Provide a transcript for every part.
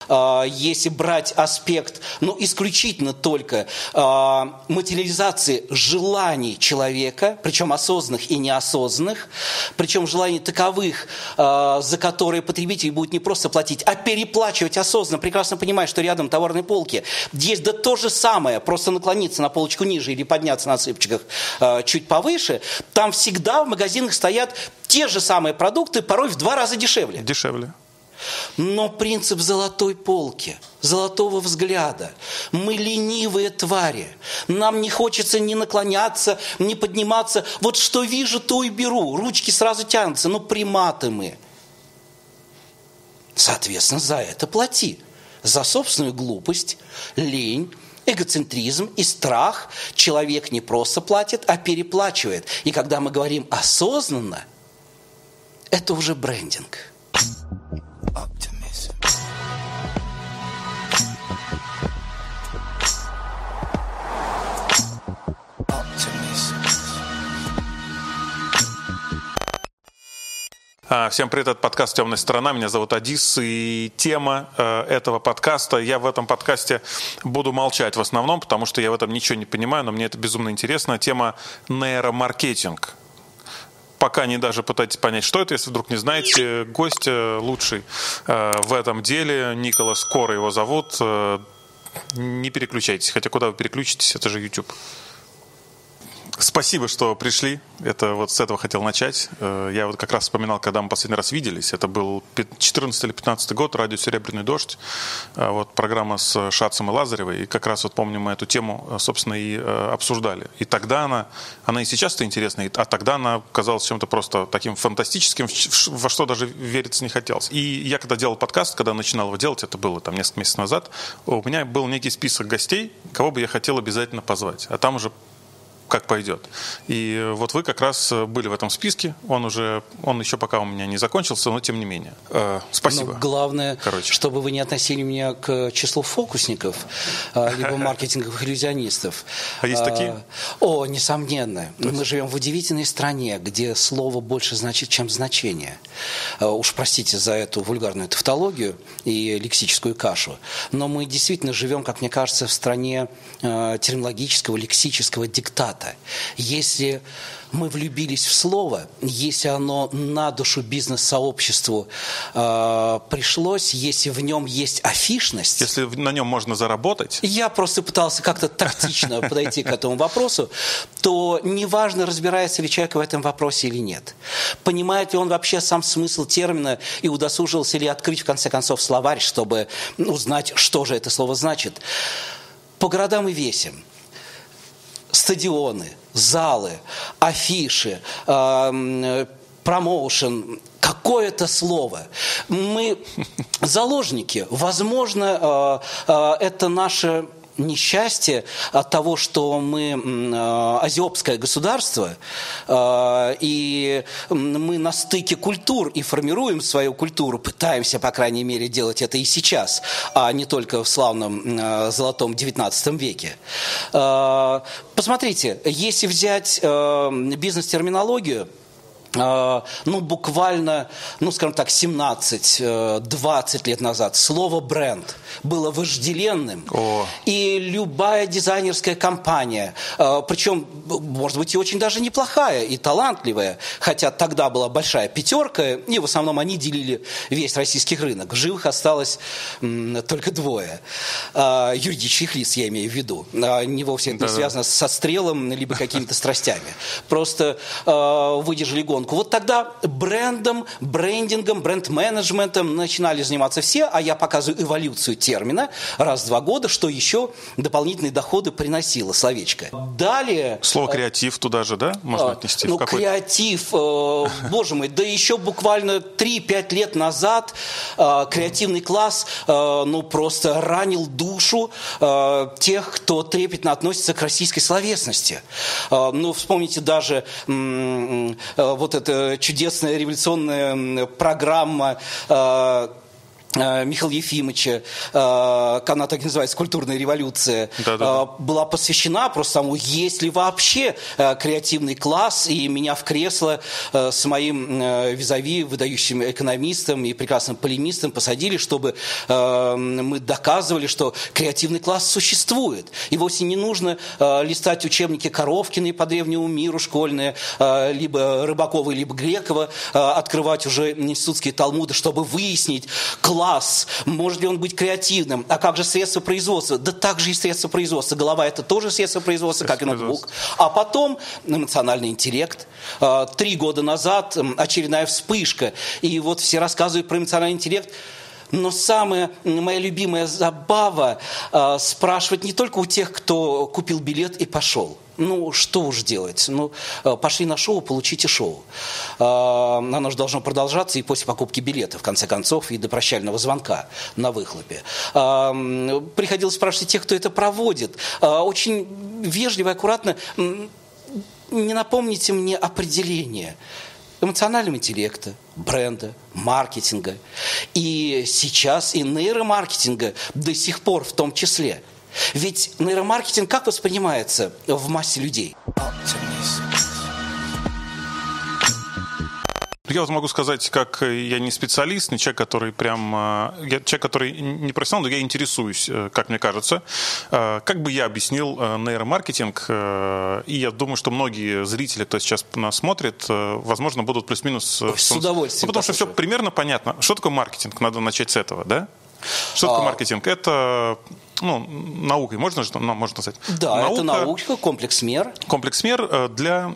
Если брать аспект, исключительно только материализации желаний человека, причем осознанных и неосознанных, причем желаний таковых, за которые потребитель будет не просто платить, а переплачивать осознанно, прекрасно понимая, что рядом товарной полки есть да то же самое, просто наклониться на полочку ниже или подняться на цыпочках чуть повыше, там всегда в магазинах стоят те же самые продукты, порой в 2 раза дешевле. Дешевле. Но принцип золотой полки, золотого взгляда. Мы ленивые твари. Нам не хочется ни наклоняться, ни подниматься. Вот что вижу, то и беру. Ручки сразу тянутся. Приматы мы. Соответственно, за это плати. За собственную глупость, лень, эгоцентризм и страх человек не просто платит, а переплачивает. И когда мы говорим осознанно, это уже брендинг. Всем привет, это подкаст «Темная сторона». Меня зовут Адис, и тема этого подкаста, я в этом подкасте буду молчать в основном, потому что я в этом ничего не понимаю, но мне это безумно интересно. Тема нейромаркетинг. Пока не даже пытайтесь понять, что это, если вдруг не знаете. Гость лучший в этом деле, Николас Кора его зовут. Не переключайтесь, хотя куда вы переключитесь, это же YouTube. Спасибо, что пришли. Это вот с этого хотел начать. Я вот как раз вспоминал, когда мы последний раз виделись. Это был 14 или 15 год, радио «Серебряный дождь». Вот программа с Шацем и Лазаревой. И как раз вот помню, мы эту тему, собственно, и обсуждали. И тогда она и сейчас-то интересна, а тогда она казалась чем-то просто таким фантастическим, во что даже вериться не хотелось. И я когда делал подкаст, когда начинал его делать, это было там несколько месяцев назад, у меня был некий список гостей, кого бы я хотел обязательно позвать. А там уже как пойдет. И вот вы как раз были в этом списке. Он еще пока у меня не закончился, но тем не менее. Спасибо. Главное, чтобы вы не относили меня к числу фокусников, либо маркетинговых иллюзионистов. А есть такие? Несомненно. Мы живем в удивительной стране, где слово больше значит, чем значение. Уж простите за эту вульгарную тавтологию и лексическую кашу. Но мы действительно живем, как мне кажется, в стране терминологического, лексического диктата. Если мы влюбились в слово, если оно на душу бизнес-сообществу пришлось, если в нем есть афишность... Если на нем можно заработать... Я просто пытался как-то тактично подойти к этому вопросу, то неважно, разбирается ли человек в этом вопросе или нет. Понимает ли он вообще сам смысл термина и удосужился ли открыть, в конце концов, словарь, чтобы узнать, что же это слово значит. По городам и весям. Стадионы, залы, афиши, промоушен, какое-то слово. Мы заложники. Возможно, это наше несчастье от того, что мы азиопское государство, и мы на стыке культур и формируем свою культуру, пытаемся, по крайней мере, делать это и сейчас, а не только в славном золотом XIX веке. Посмотрите, если взять бизнес-терминологию, буквально, скажем так, 17-20 лет назад слово «бренд» было вожделенным. И любая дизайнерская компания, причем, может быть, и очень даже неплохая, и талантливая, хотя тогда была большая пятерка, и в основном они делили весь российский рынок. В живых осталось только 2 юридических лиц, я имею в виду. Не вовсе это не связано со стрелом, либо какими-то страстями. Просто выдержали гонку. Вот тогда брендом, брендингом, бренд-менеджментом начинали заниматься все, а я показываю эволюцию термина раз в 2 года, что еще дополнительные доходы приносило словечко. Далее... Слово «креатив» туда же, да, можно отнести? Креатив, боже мой, да еще буквально 3-5 лет назад креативный класс просто ранил душу тех, кто трепетно относится к российской словесности. Вспомните даже вот эта чудесная революционная программа Михаила Ефимовича, она так и называется «Культурная революция», была посвящена просто тому, есть ли вообще креативный класс, и меня в кресло с моим визави, выдающим экономистом и прекрасным полемистом посадили, чтобы мы доказывали, что креативный класс существует. И вовсе не нужно листать учебники Коровкиной по древнему миру школьные, либо Рыбакова, либо Грекова, открывать уже институтские талмуды, чтобы выяснить класс, может ли он быть креативным, а как же средства производства? Да так же и средства производства. Голова – это тоже средство производства, как и ноутбук. А потом эмоциональный интеллект. 3 года назад очередная вспышка. И вот все рассказывают про эмоциональный интеллект. Но самая моя любимая забава спрашивать не только у тех, кто купил билет и пошел. Ну, что уж делать? Ну, пошли на шоу, получите шоу. Оно же должно продолжаться и после покупки билета, в конце концов, и до прощального звонка на выхлопе. Приходилось спрашивать тех, кто это проводит. Очень вежливо и аккуратно: не напомните мне определение эмоционального интеллекта, бренда, маркетинга. И сейчас и нейромаркетинга до сих пор в том числе. Ведь нейромаркетинг как воспринимается в массе людей? Я вот могу сказать, как я не специалист, не человек, который человек, который не профессионал, но я интересуюсь, как мне кажется. Как бы я объяснил нейромаркетинг, и я думаю, что многие зрители, кто сейчас нас смотрит, возможно, будут плюс-минус... С удовольствием. Потому что все примерно понятно. Что такое маркетинг? Надо начать с этого, да? Что такое маркетинг? Это... наукой можно назвать? Да, наука, это наука, комплекс мер. Комплекс мер для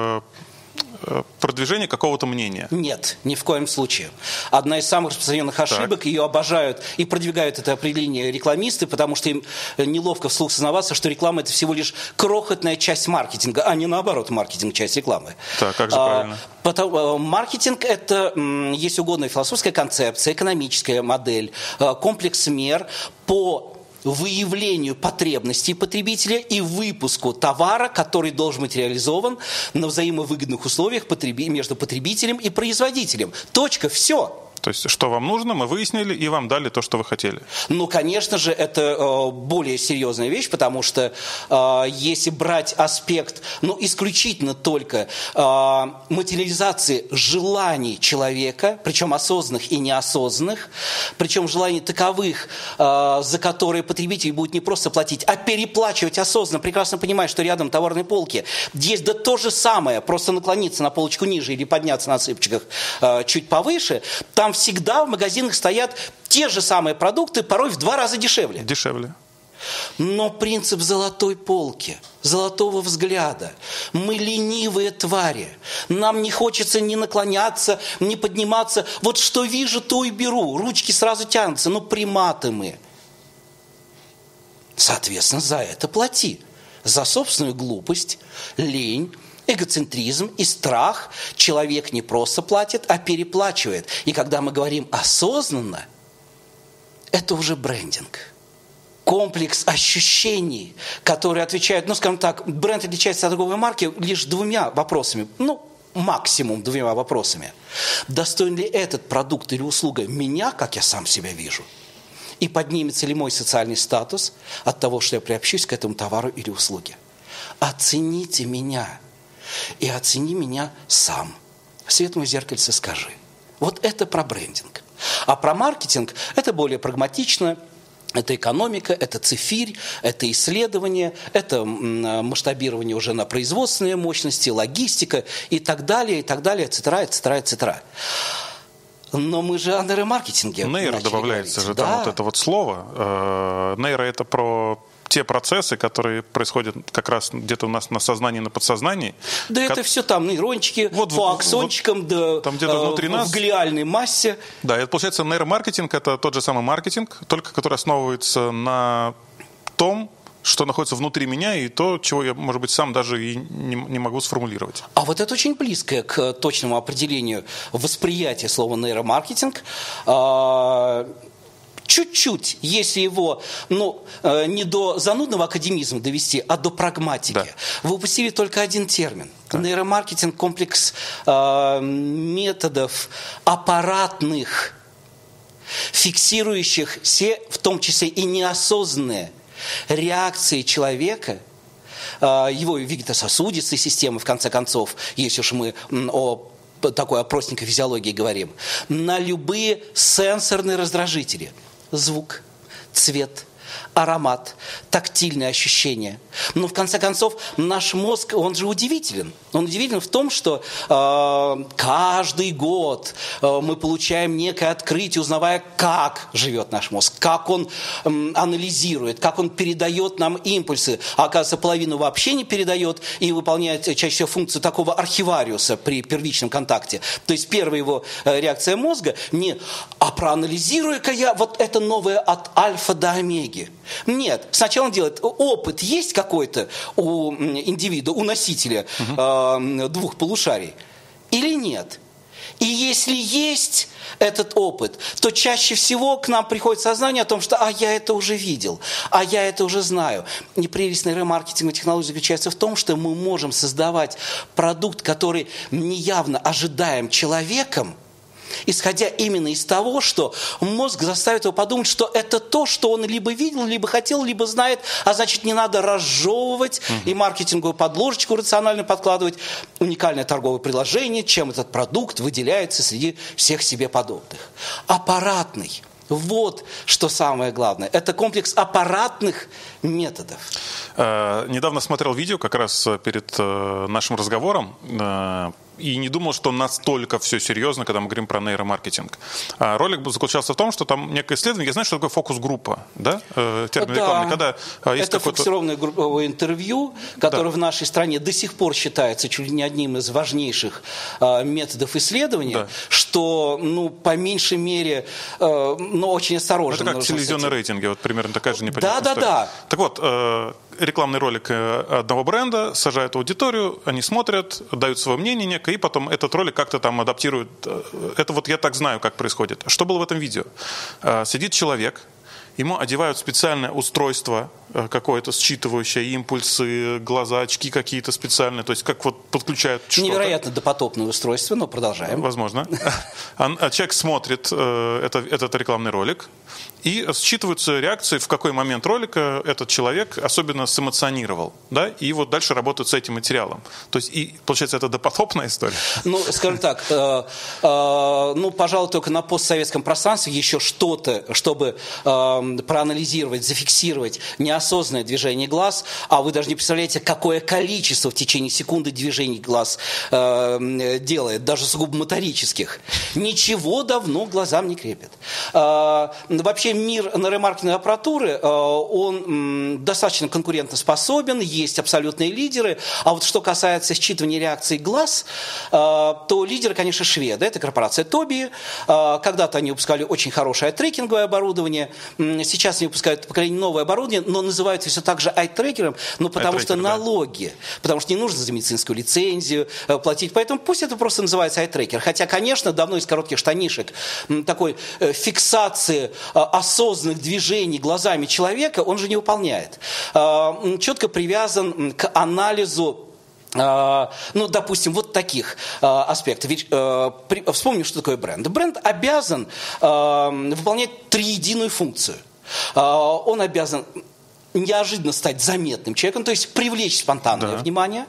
продвижения какого-то мнения. Нет, ни в коем случае. Одна из самых распространенных ошибок, ее обожают и продвигают это определение рекламисты, потому что им неловко вслух сознаваться, что реклама – это всего лишь крохотная часть маркетинга, а не наоборот, маркетинг – часть рекламы. Так, как же правильно? Маркетинг – это, если угодно, философская концепция, экономическая модель, комплекс мер по выявлению потребностей потребителя и выпуску товара, который должен быть реализован на взаимовыгодных условиях между потребителем и производителем. Точка. Все. То есть, что вам нужно, мы выяснили, и вам дали то, что вы хотели. Ну, конечно же, это более серьезная вещь, потому что если брать аспект, исключительно только материализации желаний человека, причем осознанных и неосознанных, причем желаний таковых, за которые потребитель будет не просто платить, а переплачивать осознанно, прекрасно понимая, что рядом на товарной полке есть да то же самое, просто наклониться на полочку ниже или подняться на цыпочках чуть повыше, там всегда в магазинах стоят те же самые продукты, порой в 2 раза дешевле. Дешевле. Но принцип золотой полки, золотого взгляда. Мы ленивые твари. Нам не хочется ни наклоняться, ни подниматься. Вот что вижу, то и беру. Ручки сразу тянутся. Приматы мы. Соответственно, за это плати. За собственную глупость, лень, эгоцентризм и страх человек не просто платит, а переплачивает. И когда мы говорим осознанно, это уже брендинг. Комплекс ощущений, которые отвечают, скажем так, бренд отличается от торговой марки лишь 2 вопросами. Максимум 2 вопросами. Достоин ли этот продукт или услуга меня, как я сам себя вижу? И поднимется ли мой социальный статус от того, что я приобщусь к этому товару или услуге? Оцените меня. И оцени меня сам. В светлом зеркальце скажи. Вот это про брендинг. А про маркетинг это более прагматично. Это экономика, это цифирь, это исследование, это масштабирование уже на производственные мощности, логистика и так далее, etc. Но мы же о нейромаркетинге. Нейро добавляется же там вот это вот слово. Нейро это про те процессы, которые происходят как раз где-то у нас на сознании, на подсознании. Да это все там нейрончики по аксончикам, там где-то внутри нас, в глиальной массе. Да, это получается нейромаркетинг, это тот же самый маркетинг, только который основывается на том, что находится внутри меня, и то, чего я, может быть, сам даже и не могу сформулировать. А вот это очень близкое к точному определению восприятия слова нейромаркетинг. Чуть-чуть, если его не до занудного академизма довести, а до прагматики. Да. Вы упустили только один термин. Да. Нейромаркетинг – комплекс методов аппаратных, фиксирующих все, в том числе и неосознанные реакции человека, его вегетососудистой системы, в конце концов, если уж мы о простенькой физиологии говорим, на любые сенсорные раздражители. Звук, цвет, аромат, тактильные ощущения. Но в конце концов наш мозг, он же удивителен. Он удивителен в том, что каждый год мы получаем некое открытие, узнавая, как живет наш мозг, как он анализирует, как он передает нам импульсы. А оказывается, половину вообще не передает и выполняет чаще всего функцию такого архивариуса при первичном контакте. То есть первая его реакция мозга не «а проанализирую-ка я вот это новое от альфа до омеги». Нет, сначала он делает, опыт есть какой-то у индивида, у носителя двух полушарий или нет? И если есть этот опыт, то чаще всего к нам приходит сознание о том, что я это уже видел, я это уже знаю. И прелесть нейромаркетинговой технологии заключается в том, что мы можем создавать продукт, который неявно ожидаем человеком, исходя именно из того, что мозг заставит его подумать, что это то, что он либо видел, либо хотел, либо знает, а значит, не надо разжевывать и маркетинговую подложечку рационально подкладывать, уникальное торговое приложение, чем этот продукт выделяется среди всех себе подобных. Аппаратный. Вот что самое главное. Это комплекс аппаратных методов. Недавно смотрел видео как раз перед нашим разговором и не думал, что настолько все серьезно, когда мы говорим про нейромаркетинг. Ролик заключался в том, что там некое исследование, я знаю, что такое фокус-группа, да? Термин рекламный, когда есть это фиксированное групповое интервью, которое в нашей стране до сих пор считается чуть ли не одним из важнейших методов исследования, что, по меньшей мере, очень осторожно. Это как телевизионные рейтинги, вот примерно такая же непонятная история. Да. Так вот, рекламный ролик одного бренда, сажают аудиторию, они смотрят, дают свое мнение некое, и потом этот ролик как-то там адаптируют. Это вот я так знаю, как происходит. Что было в этом видео? Сидит человек, ему одевают специальное устройство какое-то, считывающее импульсы, глаза, очки какие-то специальные, то есть как вот подключают что-то. Невероятно допотопное устройство, но продолжаем. Возможно. Человек смотрит этот рекламный ролик, и считываются реакции, в какой момент ролика этот человек особенно сэмоционировал, да, и вот дальше работают с этим материалом. То есть, и получается, это допотопная история? Скажем так, пожалуй, только на постсоветском пространстве еще что-то, чтобы проанализировать, зафиксировать неосознанное движение глаз, а вы даже не представляете, какое количество в течение секунды движений глаз делает, даже сугубо моторических. Ничего давно глазам не крепит. Вообще мир нейромаркетинговой аппаратуры, он достаточно конкурентоспособен, есть абсолютные лидеры, а вот что касается считывания реакций глаз, то лидеры, конечно, шведы, это корпорация Tobii, когда-то они выпускали очень хорошее ай-трекинговое оборудование, сейчас они выпускают поколение новое оборудование, но называют все так же ай-трекером, потому что налоги, потому что не нужно за медицинскую лицензию платить, поэтому пусть это просто называется ай-трекер, хотя, конечно, давно из коротких штанишек такой фиксации осознанных движений глазами человека он же не выполняет. Четко привязан к анализу, допустим, вот таких аспектов. Ведь вспомним, что такое бренд. Бренд обязан выполнять триединую функцию. Он обязан неожиданно стать заметным человеком, то есть привлечь спонтанное внимание.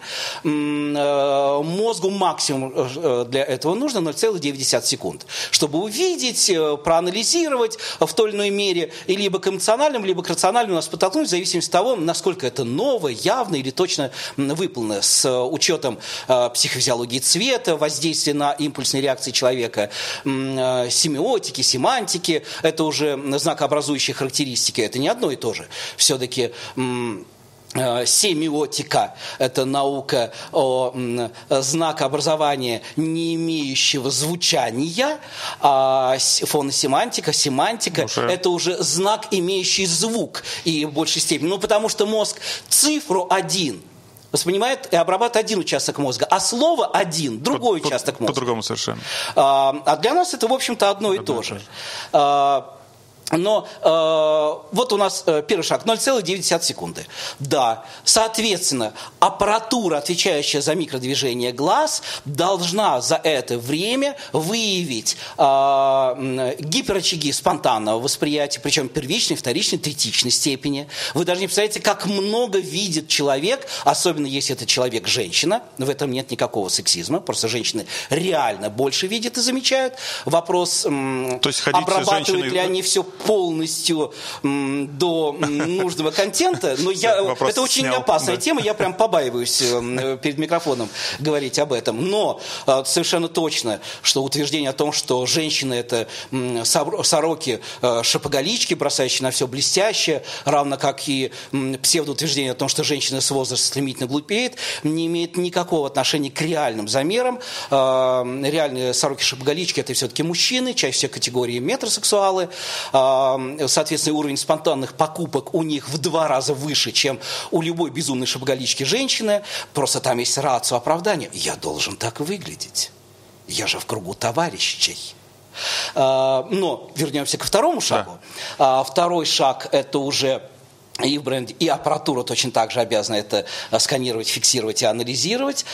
Мозгу максимум для этого нужно 0,9 секунд, чтобы увидеть, проанализировать в той или иной мере, и либо к эмоциональному, либо к рациональному нас подтолкнуть, в зависимости от того, насколько это новое, явно или точно выполнено, с учетом психофизиологии цвета, воздействия на импульсные реакции человека, семиотики, семантики, это уже знакообразующие характеристики, это не одно и то же. Все-таки семиотика – это наука о знакообразовании, не имеющего звучания, а фоносемантика, семантика – это уже знак, имеющий звук, и в большей степени. Потому что мозг цифру 1 воспринимает и обрабатывает один участок мозга, а слово один – другой участок мозга. По-другому совершенно. А для нас это, в общем-то, одно и то же. Но вот у нас первый шаг, 0,9 секунды. Да, соответственно, аппаратура, отвечающая за микродвижение глаз, должна за это время выявить гиперочаги спонтанного восприятия, причем первичной, вторичной, третичной степени. Вы даже не представляете, как много видит человек, особенно если это человек-женщина. В этом нет никакого сексизма, просто женщины реально больше видят и замечают. Вопрос, обрабатывают ли они все полностью до нужного контента, но это очень опасная тема, я прям побаиваюсь перед микрофоном говорить об этом. Но совершенно точно, что утверждение о том, что женщины это сороки, шопоголички, бросающие на все блестящее, равно как и псевдоутверждение о том, что женщина с возраста стремительно глупеет, не имеет никакого отношения к реальным замерам. Реальные сороки-шопоголички это все-таки мужчины, чаще всего категории метросексуалы. Соответственно, уровень спонтанных покупок у них в 2 раза выше, чем у любой безумной шопоголички женщины. Просто там есть рацио оправдания. Я должен так выглядеть. Я же в кругу товарищей. Но вернемся ко второму шагу. Да. Второй шаг – это уже и в бренде, и аппаратура точно так же обязана это сканировать, фиксировать и анализировать.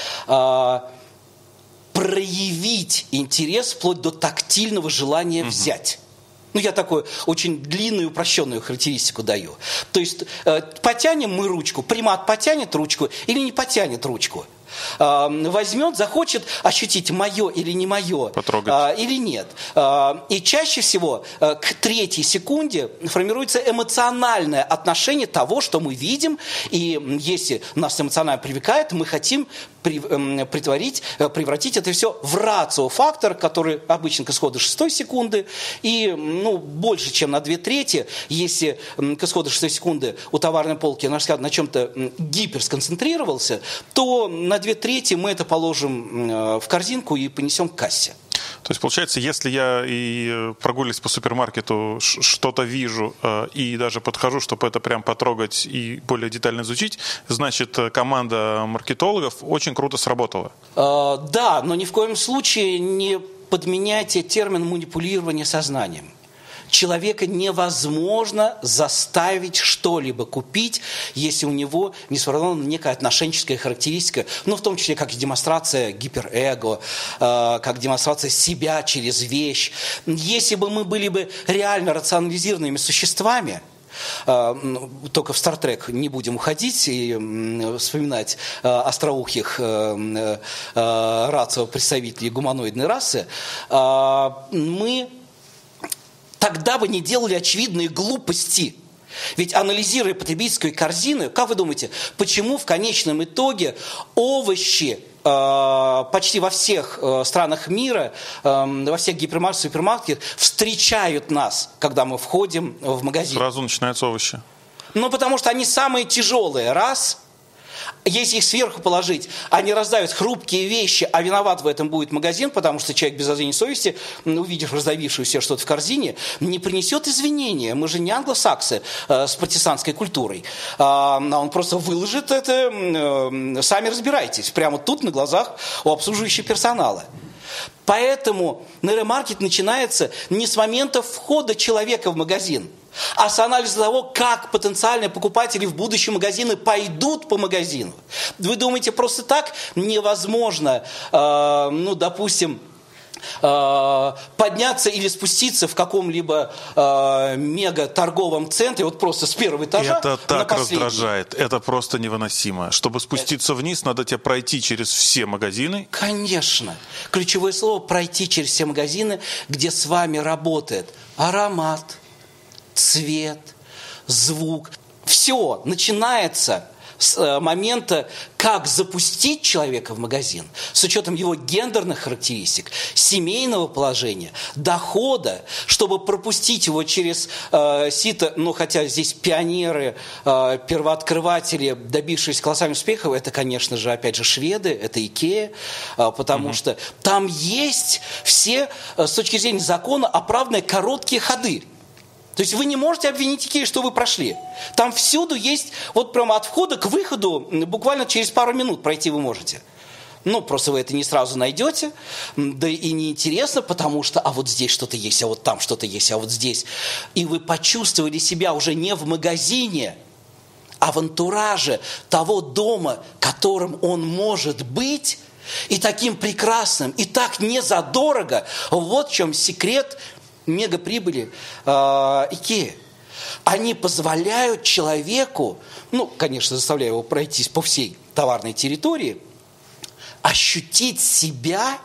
Проявить интерес вплоть до тактильного желания взять. Я такую очень длинную, упрощенную характеристику даю. То есть потянем мы ручку, примат потянет ручку или не потянет ручку. Возьмет, захочет ощутить мое или не мое, или нет. И чаще всего к 3-й секунде формируется эмоциональное отношение того, что мы видим. И если нас эмоционально привлекает, мы хотим превратить это все в рацио-фактор, который обычно к исходу 6-й секунды. И больше, чем на 2/3, если к исходу 6-й секунды у товарной полки наш взгляд на чем-то гиперсконцентрировался, то на 2/3 мы это положим в корзинку и понесем к кассе. То есть, получается, если я и прогуливаюсь по супермаркету, что-то вижу и даже подхожу, чтобы это прям потрогать и более детально изучить, значит, команда маркетологов очень круто сработала. Да, но ни в коем случае не подменяйте термин манипулирование сознанием. Человека невозможно заставить что-либо купить, если у него не сформирована некая отношенческая характеристика, в том числе как демонстрация гиперэго, как демонстрация себя через вещь. Если бы мы были бы реально рационализированными существами, только в Стартрек не будем уходить и вспоминать остроухих рацио представителей гуманоидной расы, мы тогда бы не делали очевидные глупости. Ведь анализируя потребительскую корзину, как вы думаете, почему в конечном итоге овощи почти во всех странах мира, во всех гипермаркетах, супермаркетах встречают нас, когда мы входим в магазин? Сразу начинаются овощи. Потому что они самые тяжелые, раз. Если их сверху положить, они раздавят хрупкие вещи, а виноват в этом будет магазин, потому что человек без зазрения совести, увидев раздавившуюся что-то в корзине, не принесет извинения. Мы же не англосаксы с протестантской культурой. Он просто выложит это, сами разбирайтесь, прямо тут на глазах у обслуживающего персонала. Поэтому нейромаркетинг начинается не с момента входа человека в магазин, а с анализа того, как потенциальные покупатели в будущем магазины пойдут по магазину. Вы думаете, просто так невозможно, допустим, подняться или спуститься в каком-либо мега-торговом центре, вот просто с первого этажа это так раздражает, это просто невыносимо. Чтобы спуститься вниз, надо тебе пройти через все магазины. Конечно. Ключевое слово – пройти через все магазины, где с вами работает аромат, цвет, звук. Все начинается с момента, как запустить человека в магазин, с учетом его гендерных характеристик, семейного положения, дохода, чтобы пропустить его через сито, хотя здесь пионеры, первооткрыватели, добившиеся колоссальных успехов, это, конечно же, опять же, шведы, это Икея, потому что там есть все, с точки зрения закона, оправданные короткие ходы. То есть вы не можете обвинить Икею, что вы прошли. Там всюду есть, вот прямо от входа к выходу, буквально через пару минут пройти вы можете. Просто вы это не сразу найдете, да и неинтересно, потому что а вот здесь что-то есть, а вот там что-то есть, а вот здесь. И вы почувствовали себя уже не в магазине, а в антураже того дома, которым он может быть, и таким прекрасным, и так незадорого. Вот в чем секрет мегаприбыли IKEA. Они позволяют человеку, конечно, заставляя его пройтись по всей товарной территории, ощутить себя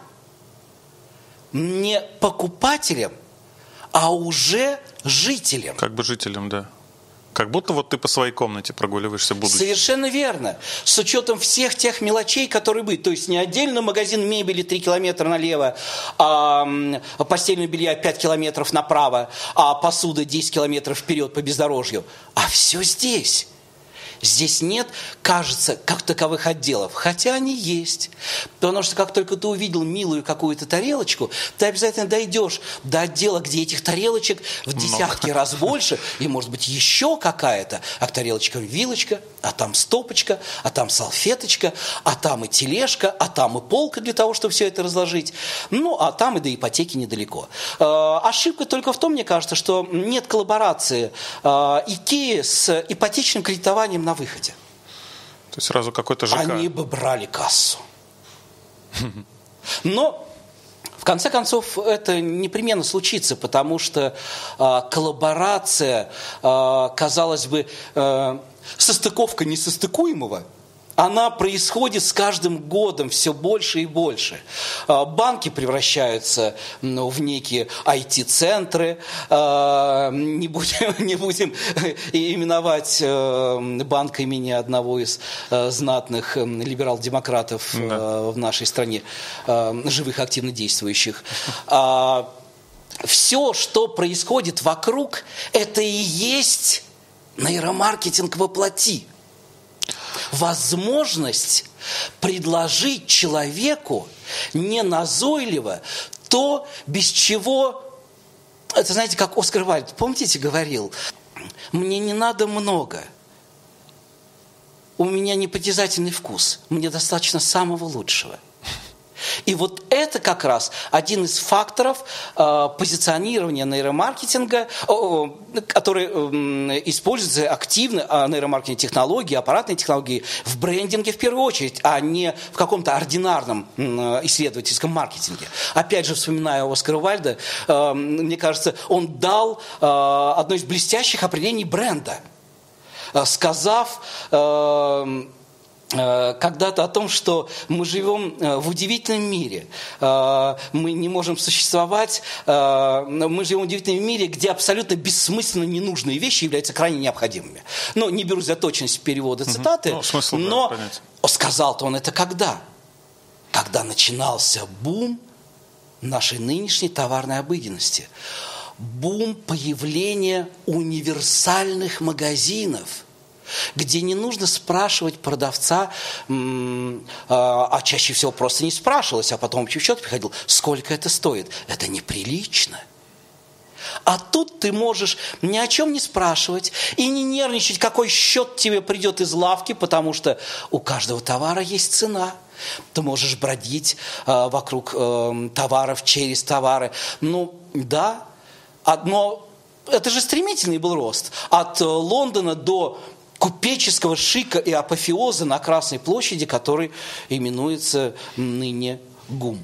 не покупателем, а уже жителем. Как бы жителем, да. Как будто вот ты по своей комнате прогуливаешься будущее. Совершенно верно. С учетом всех тех мелочей, которые были. То есть не отдельно магазин мебели 3 километра налево, а постельное белье 5 километров направо, а посуда 10 километров вперед по бездорожью. А все здесь. Здесь нет, кажется, как таковых отделов. Хотя они есть. Потому что как только ты увидел милую какую-то тарелочку, ты обязательно дойдешь до отдела, где этих тарелочек в десятки раз больше, и может быть еще какая-то. А к тарелочкам вилочка, а там стопочка, а там салфеточка, а там и тележка, а там и полка для того, чтобы все это разложить. А там и до ипотеки недалеко. Ошибка только в том, мне кажется, что нет коллаборации IKEA с ипотечным кредитованием на выходе. То есть сразу какой-то ЖК. Они бы брали кассу. Но, в конце концов, это непременно случится, потому что коллаборация, казалось бы, состыковка несостыкуемого, она происходит с каждым годом все больше и больше. Банки превращаются в некие IT-центры. Не будем именовать банк имени одного из знатных либерал-демократов в нашей стране, живых, активно действующих. Все, что происходит вокруг, это и есть нейромаркетинг воплоти. Возможность предложить человеку неназойливо то, без чего... Это, знаете, как Оскар Вальд, помните, говорил, мне не надо много, у меня непритязательный вкус, мне достаточно самого лучшего. И вот это как раз один из факторов позиционирования нейромаркетинга, который используется активно, нейромаркетинг технологии, аппаратные технологии в брендинге в первую очередь, а не в каком-то ординарном исследовательском маркетинге. Опять же, вспоминая Оскара Вальда, мне кажется, он дал одно из блестящих определений бренда, сказав... когда-то о том, что мы живем в удивительном мире. Мы не можем существовать, мы живем в удивительном мире, где абсолютно бессмысленно ненужные вещи являются крайне необходимыми. Не берусь за точность перевода цитаты, но сказал-то он это когда? Когда начинался бум нашей нынешней товарной обыденности. Бум появления универсальных магазинов, где не нужно спрашивать продавца, а чаще всего просто не спрашивалось, а потом в счет приходил, сколько это стоит. Это неприлично. А тут ты можешь ни о чем не спрашивать и не нервничать, какой счет тебе придет из лавки, потому что у каждого товара есть цена. Ты можешь бродить вокруг товаров, через товары. Да, но это же стремительный был рост. От Лондона до купеческого шика и апофеоза на Красной площади, который именуется ныне ГУМ.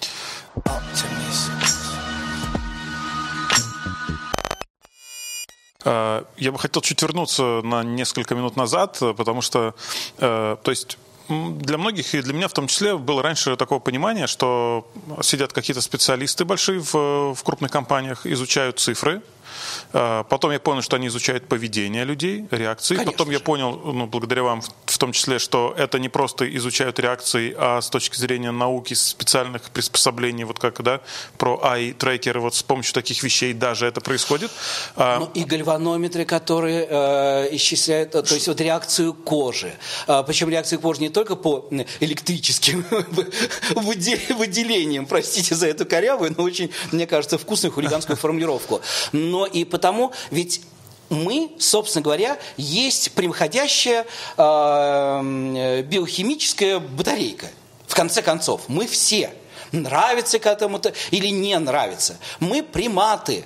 Я бы хотел чуть вернуться на несколько минут назад, потому что, для многих, и для меня в том числе, было раньше такое понимание, что сидят какие-то специалисты большие в крупных компаниях, изучают цифры. Потом я понял, что они изучают поведение людей, реакции. Конечно. Потом я понял, благодаря вам в том числе, что это не просто изучают реакции, а с точки зрения науки, специальных приспособлений, вот как, про ай-трекеры, вот с помощью таких вещей даже это происходит. И гальванометры, которые исчисляют, то есть вот реакцию кожи. Причем реакцию кожи не только по электрическим выделениям, простите за эту корявую, но очень, мне кажется, вкусную хулиганскую формулировку. Но и потому, ведь мы, собственно говоря, есть прямоходящая биохимическая батарейка. В конце концов, мы все, нравится кому-то или не нравится, мы приматы.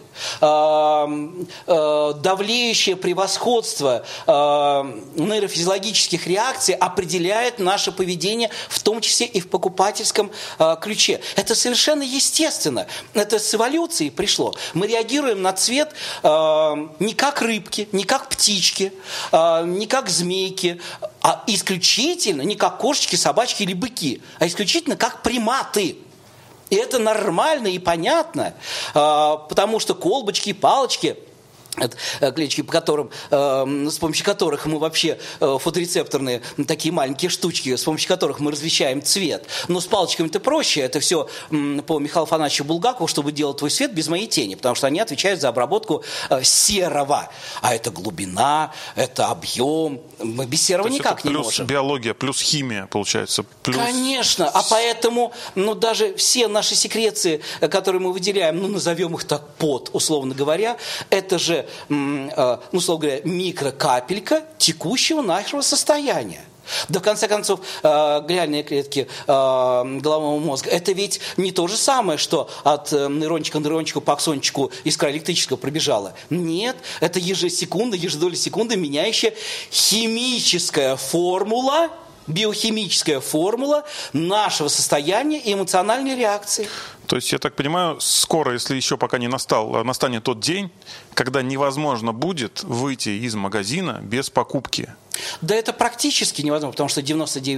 Давлеющее превосходство нейрофизиологических реакций определяет наше поведение, в том числе и в покупательском ключе. Это совершенно естественно. Это с эволюцией пришло. Мы реагируем на цвет не как рыбки, не как птички, не как змейки, а исключительно не как кошечки, собачки или быки, а исключительно как приматы. И это нормально и понятно, потому что колбочки, палочки, клеточки, по которым, с помощью которых мы вообще фоторецепторные, такие маленькие штучки, с помощью которых мы различаем цвет. Но с палочками-то проще. Это все по Михаилу Афанасьевичу Булгакову, чтобы делать твой свет без моей тени, потому что они отвечают за обработку серого. А это глубина, это объем. Мы без серого никак не можем. Плюс биология, плюс химия, получается. Плюс... Конечно. А поэтому даже все наши секреции, которые мы выделяем, назовем их так пот, условно говоря, это же условно говоря, микрокапелька текущего нашего состояния. Да, в конце концов, глиальные клетки головного мозга, это ведь не то же самое, что от нейрончика к нейрончику по аксончику искра электрического пробежала. Нет, это ежедоля секунды меняющая химическая формула, биохимическая формула нашего состояния и эмоциональной реакции. То есть, я так понимаю, скоро, если еще пока не настанет тот день, когда невозможно будет выйти из магазина без покупки. Да это практически невозможно, потому что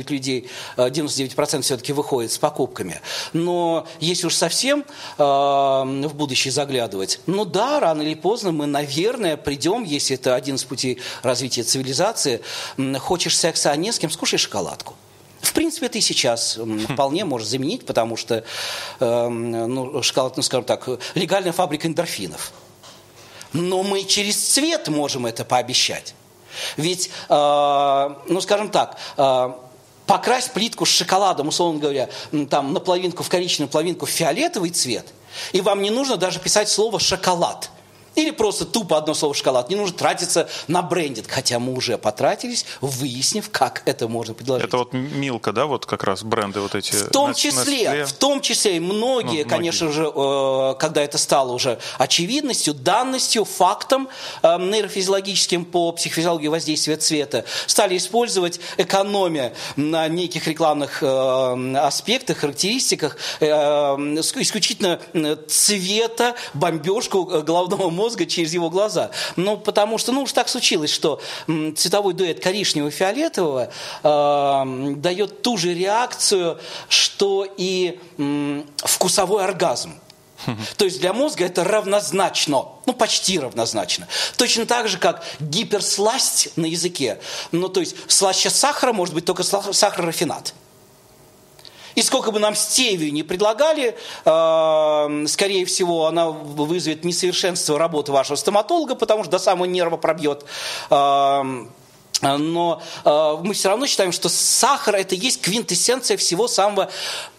99% все-таки выходит с покупками. Но если уж совсем в будущее заглядывать, рано или поздно мы, наверное, придем, если это один из путей развития цивилизации, хочешь секса, а не с кем, скушай шоколадку. В принципе, это и сейчас вполне может заменить, потому что шоколад, скажем так, легальная фабрика эндорфинов. Но мы через цвет можем это пообещать. Ведь, скажем так, покрась плитку с шоколадом, условно говоря, там, на половинку в коричневую, половинку в фиолетовый цвет, и вам не нужно даже писать слово «шоколад». Или просто тупо одно слово «шоколад». Не нужно тратиться на брендинг, хотя мы уже потратились, выяснив, как это можно предложить. Это вот Милка, да, вот как раз бренды вот эти? В том числе и многие, конечно же, когда это стало уже очевидностью, данностью, фактом нейрофизиологическим по психофизиологии воздействия цвета, стали использовать, экономя на неких рекламных аспектах, характеристиках, исключительно цвета, бомбежку головного мозга через его глаза. Потому что, уж так случилось, что цветовой дуэт коричневого и фиолетового дает ту же реакцию, что и вкусовой оргазм. То есть для мозга это равнозначно, почти равнозначно. Точно так же, как гиперсласть на языке. То есть слаще сахара может быть только сахар-рафинат. И сколько бы нам стевию не предлагали, скорее всего, она вызовет несовершенство работы вашего стоматолога, потому что до самого нерва пробьет. Но мы все равно считаем, что сахар – это и есть квинтэссенция всего самого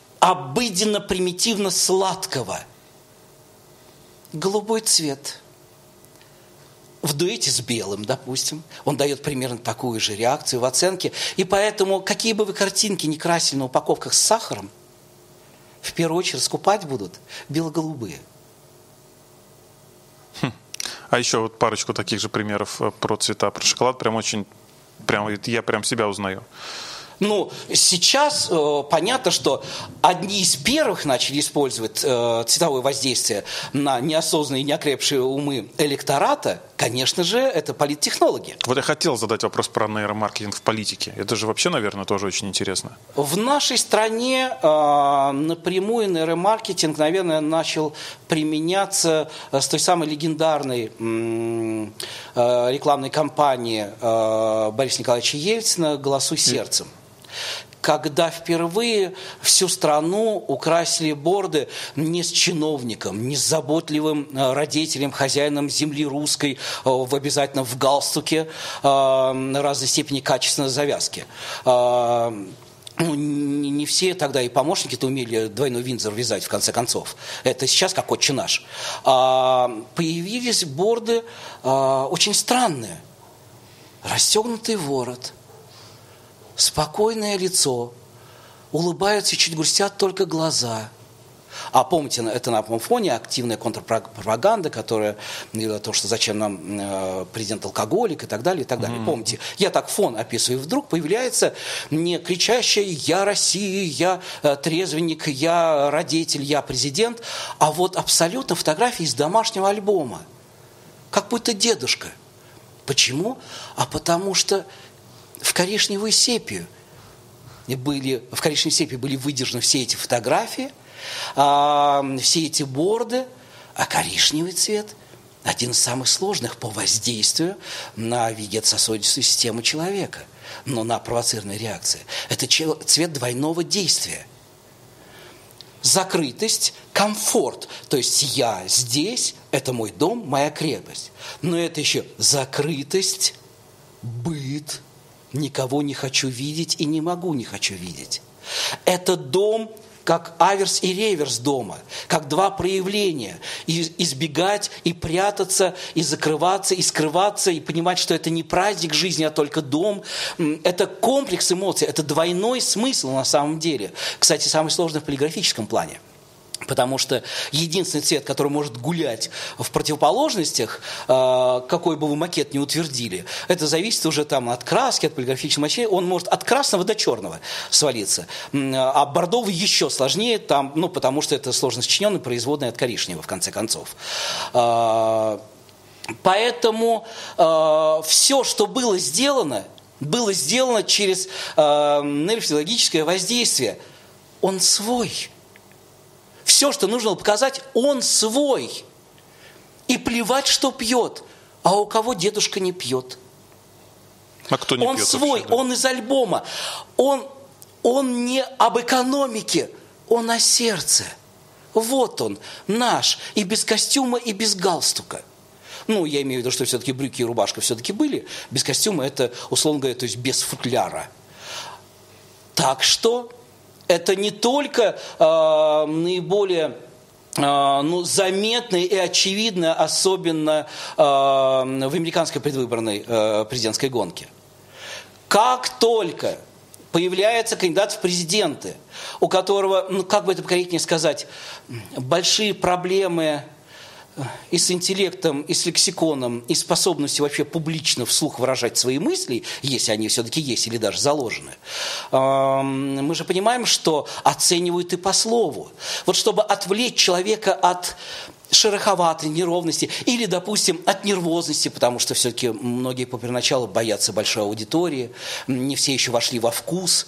обыденно-примитивно-сладкого. Голубой цвет. В дуэте с белым, допустим, он дает примерно такую же реакцию в оценке. И поэтому, какие бы вы картинки ни красили на упаковках с сахаром, в первую очередь скупать будут бело-голубые. А еще вот парочку таких же примеров про цвета, про шоколад. Я прям себя узнаю. Сейчас понятно, что одни из первых начали использовать цветовое воздействие на неосознанные и неокрепшие умы электората, конечно же, это политтехнологи. Вот я хотел задать вопрос про нейромаркетинг в политике. Это же вообще, наверное, тоже очень интересно. В нашей стране напрямую нейромаркетинг, наверное, начал применяться с той самой легендарной рекламной кампании Бориса Николаевича Ельцина «Голосуй сердцем», когда впервые всю страну украсили борды не с чиновником, не с заботливым родителем, хозяином земли русской, обязательно в галстуке разной степени качественной завязки. Не все тогда и помощники-то умели двойной Виндзор вязать, в конце концов. Это сейчас как «Отче наш». Появились борды очень странные. Расстегнутый ворот, спокойное лицо, улыбаются и чуть грустят только глаза. А помните, это на фоне активная контрпропаганда, которая говорила о том, что зачем нам президент алкоголик и так далее, и так далее. Помните, я так фон описываю, и вдруг появляется не кричащая «я Россия», «я трезвенник», «я родитель», «я президент», а вот абсолютно фотография из домашнего альбома. Как будто дедушка. Почему? А потому что в коричневую сепию были выдержаны все эти фотографии, все эти борды, а коричневый цвет – один из самых сложных по воздействию на вегетососудистую систему человека, но на провоцированные реакции. Это цвет двойного действия. Закрытость, комфорт. То есть я здесь, это мой дом, моя крепость. Но это еще закрытость, быт. Никого не хочу видеть и не могу не хочу видеть. Это дом, как аверс и реверс дома, как два проявления. И избегать, и прятаться, и закрываться, и скрываться, и понимать, что это не праздник жизни, а только дом. Это комплекс эмоций, это двойной смысл на самом деле. Кстати, самый сложный в полиграфическом плане. Потому что единственный цвет, который может гулять в противоположностях, какой бы вы макет ни утвердили, это зависит уже там от краски, от полиграфического мощей. Он может от красного до черного свалиться. А бордовый еще сложнее, там, потому что это сложно сочиненный, производный от коричневого, в конце концов. Поэтому все, что было сделано через нейрофизиологическое воздействие. Он свой. Все, что нужно показать, он свой. И плевать, что пьет. А у кого дедушка не пьет? А кто не он пьет свой, вообще, да? Он из альбома. Он не об экономике, он о сердце. Вот он, наш. И без костюма, и без галстука. Я имею в виду, что все-таки брюки и рубашка все-таки были. Без костюма это, условно говоря, то есть без футляра. Так что это не только наиболее заметное и очевидное, особенно в американской предвыборной президентской гонке. Как только появляется кандидат в президенты, у которого, как бы это корректнее сказать, большие проблемы и с интеллектом, и с лексиконом, и способностью вообще публично вслух выражать свои мысли, если они все-таки есть или даже заложены, мы же понимаем, что оценивают и по слову. Вот чтобы отвлечь человека от шероховатой неровности или, допустим, от нервозности, потому что все-таки многие по первоначалу боятся большой аудитории, не все еще вошли во вкус.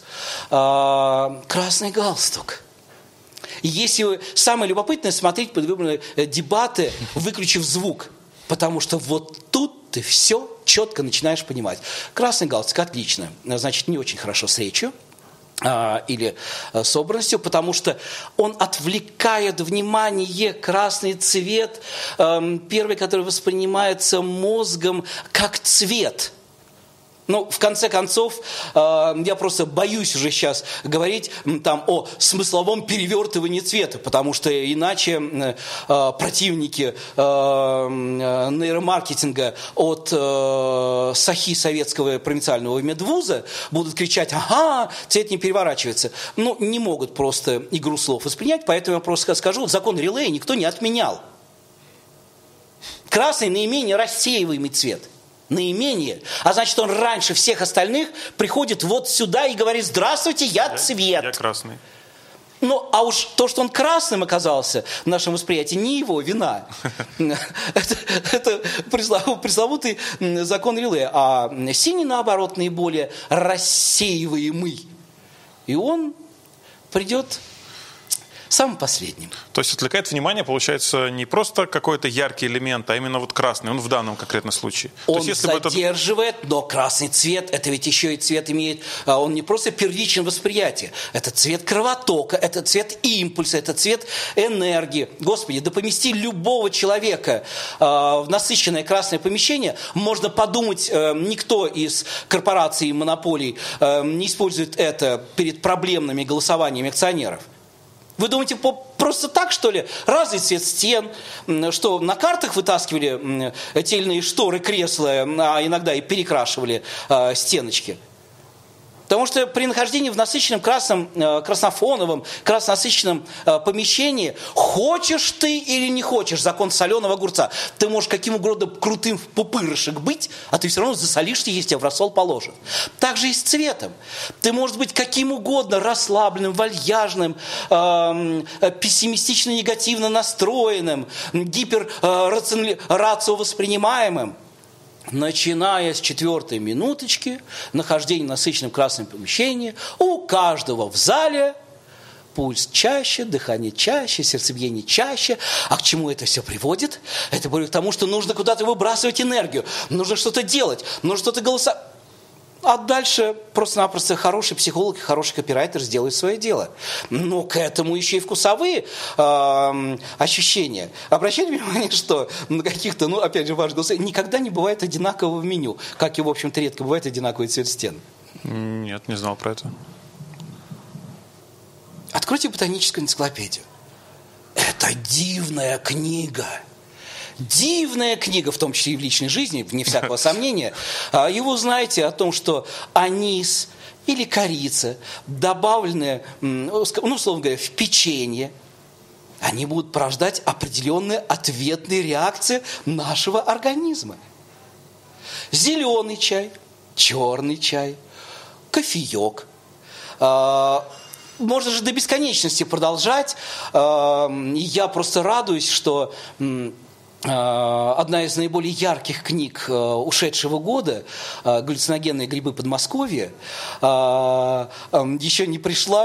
Красный галстук. И если самое любопытное смотреть предвыборные дебаты, выключив звук, потому что вот тут ты все четко начинаешь понимать. Красный галстук отлично, значит, не очень хорошо с речью или собранностью, потому что он отвлекает внимание, красный цвет, первый, который воспринимается мозгом как цвет. В конце концов, я просто боюсь уже сейчас говорить о смысловом перевертывании цвета, потому что иначе противники нейромаркетинга от сахи советского провинциального медвуза будут кричать: ага, цвет не переворачивается. Не могут просто игру слов воспринять, поэтому я просто скажу, закон Реле никто не отменял. Красный наименее рассеиваемый цвет. Наименее. А значит, он раньше всех остальных приходит вот сюда и говорит: здравствуйте, я цвет. Я красный. А уж то, что он красным оказался в нашем восприятии, не его вина. Это пресловутый закон Реле. А синий, наоборот, наиболее рассеиваемый. И он придет самым последним. То есть отвлекает внимание, получается, не просто какой-то яркий элемент, а именно вот красный, он в данном конкретном случае. Он задерживает, но красный цвет, это ведь еще и цвет имеет, он не просто первичное восприятие, это цвет кровотока, это цвет импульса, это цвет энергии. Господи, да помести любого человека в насыщенное красное помещение, можно подумать, никто из корпораций и монополий не использует это перед проблемными голосованиями акционеров. Вы думаете, просто так, что ли? Разный цвет стен, что на картах вытаскивали те или иные шторы, кресла, а иногда и перекрашивали стеночки. Потому что при нахождении в насыщенном краснофоновом, краснонасыщенном помещении, хочешь ты или не хочешь, закон соленого огурца, ты можешь каким угодно крутым в пупырышек быть, а ты все равно засолишься, если тебе в рассол положен. Так же и с цветом. Ты можешь быть каким угодно расслабленным, вальяжным, пессимистично негативно настроенным, гиперрацио воспринимаемым. Начиная с 4-й минуточки нахождения в насыщенном красном помещении, у каждого в зале пульс чаще, дыхание чаще, сердцебиение чаще. А к чему это все приводит? Это приводит к тому, что нужно куда-то выбрасывать энергию, нужно что-то делать, нужно что-то голосовать. А дальше просто-напросто хороший психолог и хороший копирайтер сделают свое дело. Но к этому еще и вкусовые ощущения. Обращайте внимание, что на каких-то, опять же, ваших голосах никогда не бывает одинакового в меню, как и, в общем-то, редко бывает одинаковый цвет стен. Нет, не знал про это. Откройте ботаническую энциклопедию. Это дивная книга. Дивная книга, в том числе и в личной жизни, вне всякого сомнения. И вы узнаете о том, что анис или корица, добавленные, условно говоря, в печенье, они будут порождать определенные ответные реакции нашего организма. Зеленый чай, черный чай, кофеек. Можно же до бесконечности продолжать. Я просто радуюсь, что одна из наиболее ярких книг ушедшего года «Галлюциногенные грибы Подмосковья» еще не пришла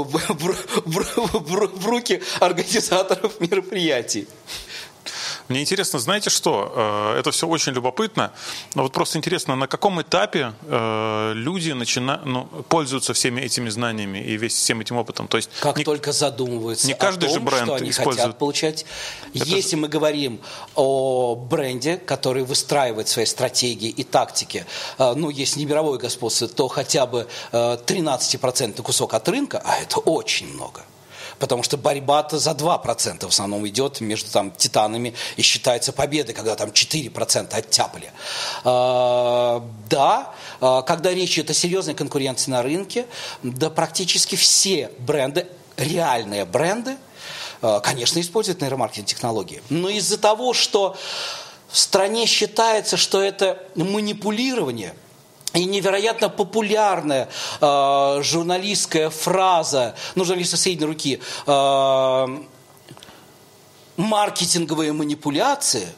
в руки организаторов мероприятий. Мне интересно, знаете что? Это все очень любопытно. Но вот просто интересно, на каком этапе люди пользуются всеми этими знаниями и всем этим опытом? То есть как только задумываются не каждый о том, же бренд что они использует. хотят получать. Если мы говорим о бренде, который выстраивает свои стратегии и тактики, если не мировое господство, то хотя бы 13% кусок от рынка, а это очень много. Потому что борьба-то за 2% в основном идет между титанами и считается победой, когда 4% оттяпали. Когда речь идет о серьезной конкуренции на рынке, да практически все бренды, реальные бренды, конечно, используют нейромаркетинг технологии. Но из-за того, что в стране считается, что это манипулирование, и невероятно популярная журналистская фраза, журналиста средней руки, маркетинговые манипуляции,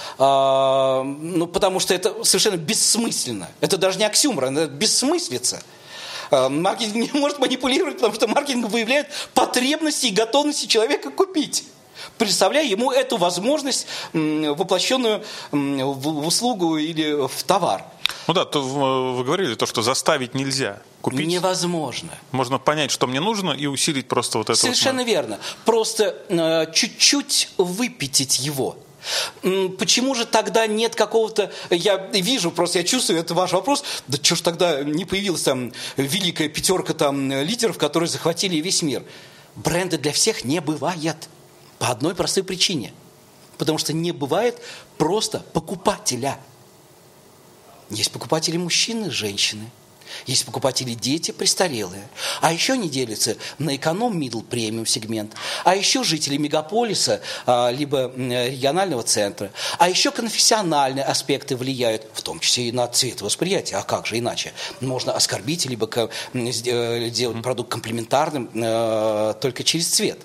потому что это совершенно бессмысленно. Это даже не оксюморон, это бессмыслица. Маркетинг не может манипулировать, потому что маркетинг выявляет потребности и готовности человека купить, представляя ему эту возможность, воплощенную в услугу или в товар. То вы говорили, что заставить нельзя купить. Невозможно. Можно понять, что мне нужно, и усилить просто это. Совершенно верно. Просто чуть-чуть выпятить его. Почему же тогда нет какого-то... Я вижу, просто я чувствую, это ваш вопрос. Да что ж тогда не появилась великая пятерка лидеров, которые захватили весь мир? Бренда для всех не бывает. По одной простой причине. Потому что не бывает просто покупателя. Есть покупатели мужчины и женщины. Есть покупатели дети, престарелые. А еще они делятся на эконом, мидл, премиум сегмент. А еще жители мегаполиса, либо регионального центра. А еще конфессиональные аспекты влияют, в том числе и на цветовосприятие. А как же иначе? Можно оскорбить, либо сделать продукт комплементарным только через цвет.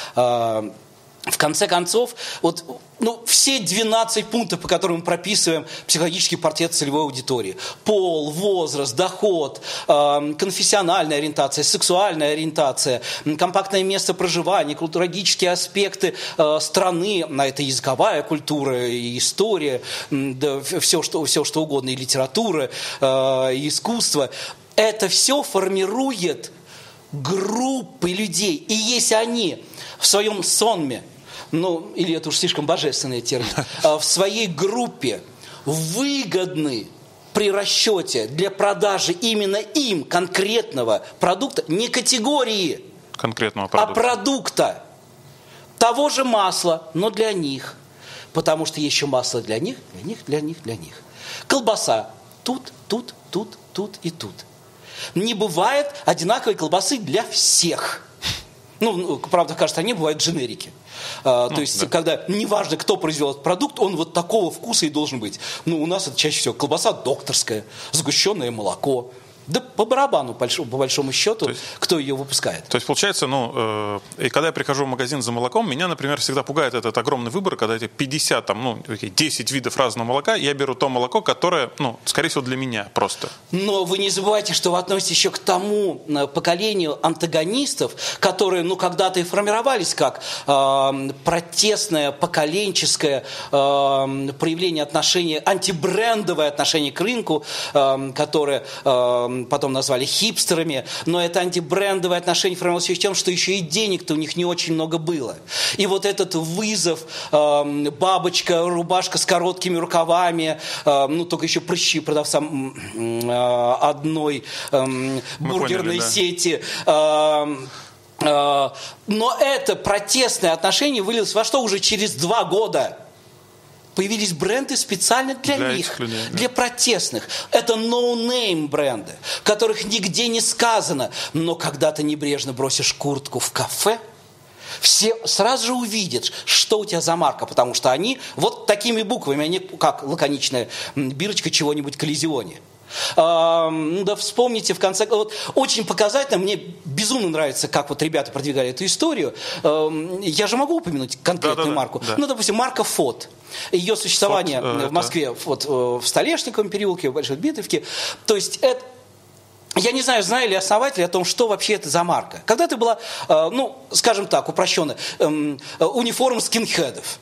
В конце концов, все 12 пунктов, по которым мы прописываем психологический портрет целевой аудитории. Пол, возраст, доход, конфессиональная ориентация, сексуальная ориентация, компактное место проживания, культурологические аспекты страны, это языковая культура, и история, да, все что угодно, и литература, и искусство. Это все формирует группы людей. И если они в своем сонме, или это уж слишком божественный термин, в своей группе выгодны при расчете для продажи именно им конкретного продукта, не категории конкретного продукта, а продукта, того же масла, но для них. Потому что есть еще масло для них. Колбаса тут и тут. Не бывает одинаковой колбасы для всех. Ну, правда, в каждой стране бывают дженерики. То есть, когда неважно, кто произвел этот продукт, он вот такого вкуса и должен быть. Ну, у нас это чаще всего колбаса докторская, сгущенное молоко. Да по барабану, по большому счету, кто ее выпускает. То есть, получается, и когда я прихожу в магазин за молоком, меня, например, всегда пугает этот огромный выбор, когда эти 50, 10 видов разного молока, я беру то молоко, которое, скорее всего, для меня просто. Но вы не забывайте, что вы относитесь еще к тому поколению антагонистов, которые, когда-то и формировались как протестное, поколенческое проявление отношения, антибрендовое отношение к рынку, которое потом назвали хипстерами, но это антибрендовое отношение формировалось в тем, что еще и денег-то у них не очень много было. И вот этот вызов, бабочка, рубашка с короткими рукавами, только еще прыщи продавцам одной бургерной сети. Но это протестное отношение вылилось во что уже через 2 года? Появились бренды специально для них, людей, для протестных. Это no-name бренды, которых нигде не сказано. Но когда ты небрежно бросишь куртку в кафе, все сразу же увидят, что у тебя за марка, потому что они вот такими буквами, они как лаконичная бирочка чего-нибудь коллизионе. Да вспомните в конце... Вот, очень показательно, мне безумно нравится, как вот ребята продвигали эту историю. Я же могу упомянуть конкретную марку. Да. Допустим, марка «Фот». Ее существование в Москве, в Столешниковом переулке, в Большой Дмитриевке. То есть это... Я не знаю, знали ли основатели о том, что вообще это за марка. Когда-то была, скажем так, упрощенно, униформа скинхедов.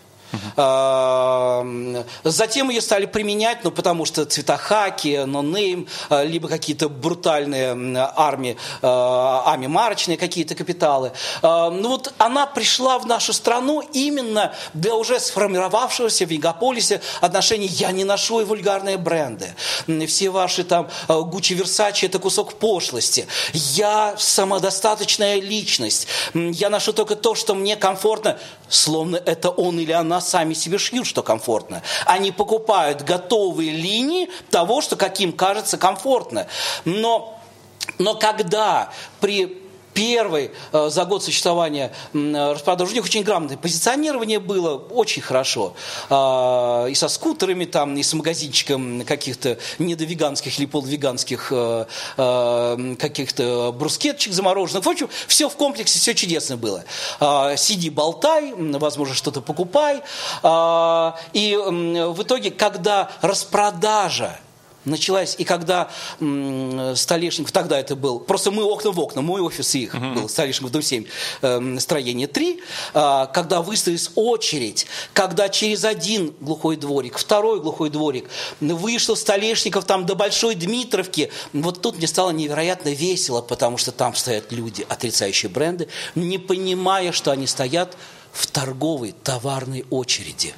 Затем ее стали применять, потому что цвета хаки, нонейм, либо какие-то брутальные арми-марочные какие-то капиталы. Она пришла в нашу страну именно для уже сформировавшегося в мегаполисе отношения «я не ношу и вульгарные бренды». Все ваши там Гуччи, Версачи – это кусок пошлости. Я самодостаточная личность. Я ношу только то, что мне комфортно. Словно это он или она сами себе шьют, что комфортно. Они покупают готовые линии того, что каким кажется комфортно. Но когда при первой за год существования распродажи у них очень грамотное позиционирование было, очень хорошо. И со скутерами, и с магазинчиком каких-то недовеганских или полувеганских каких-то брускеточек замороженных. В общем, все в комплексе, все чудесно было. Сиди, болтай, возможно, что-то покупай. И в итоге, когда распродажа началась, и когда Столешников, тогда это был, просто мы окна в окна, мой офис и их был, Столешников, дом 7, строение 3, когда выстроилась очередь, когда через один глухой дворик, второй глухой дворик, вышел Столешников до Большой Дмитровки, вот тут мне стало невероятно весело, потому что там стоят люди, отрицающие бренды, не понимая, что они стоят в торговой товарной очереди.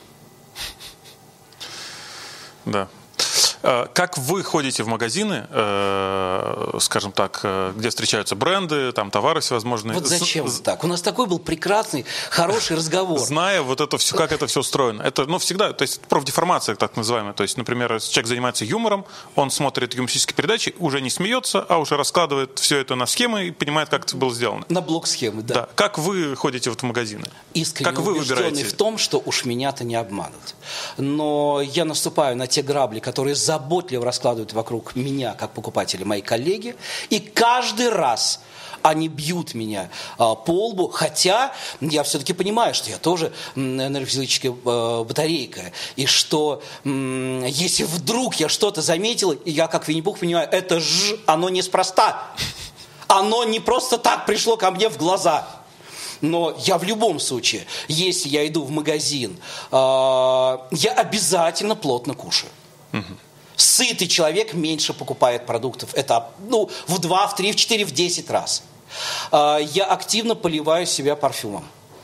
Да. Как вы ходите в магазины, скажем так, где встречаются бренды, товары всевозможные? Вот зачем так? У нас такой был прекрасный, хороший разговор. Зная вот это все, как это все устроено. Это, всегда, то есть профдеформация, так называемая. То есть, например, человек занимается юмором, он смотрит юмористические передачи, уже не смеется, а уже раскладывает все это на схемы и понимает, как это было сделано. На блок схемы, да. Как вы ходите в магазины? Искренне как вы убежденный в том, что уж меня-то не обманут. Но я наступаю на те грабли, которые заботливо раскладывают вокруг меня, как покупателя, мои коллеги, и каждый раз они бьют меня по лбу, хотя я все-таки понимаю, что я тоже энергофизическая батарейка, и что если вдруг я что-то заметил, и я как Винни-Пух понимаю, это оно неспроста, оно не просто так пришло ко мне в глаза. Но я в любом случае, если я иду в магазин, я обязательно плотно кушаю. Сытый человек меньше покупает продуктов. Это в 2, в 3, в 4, в 10 раз. Я активно поливаю себя парфюмом.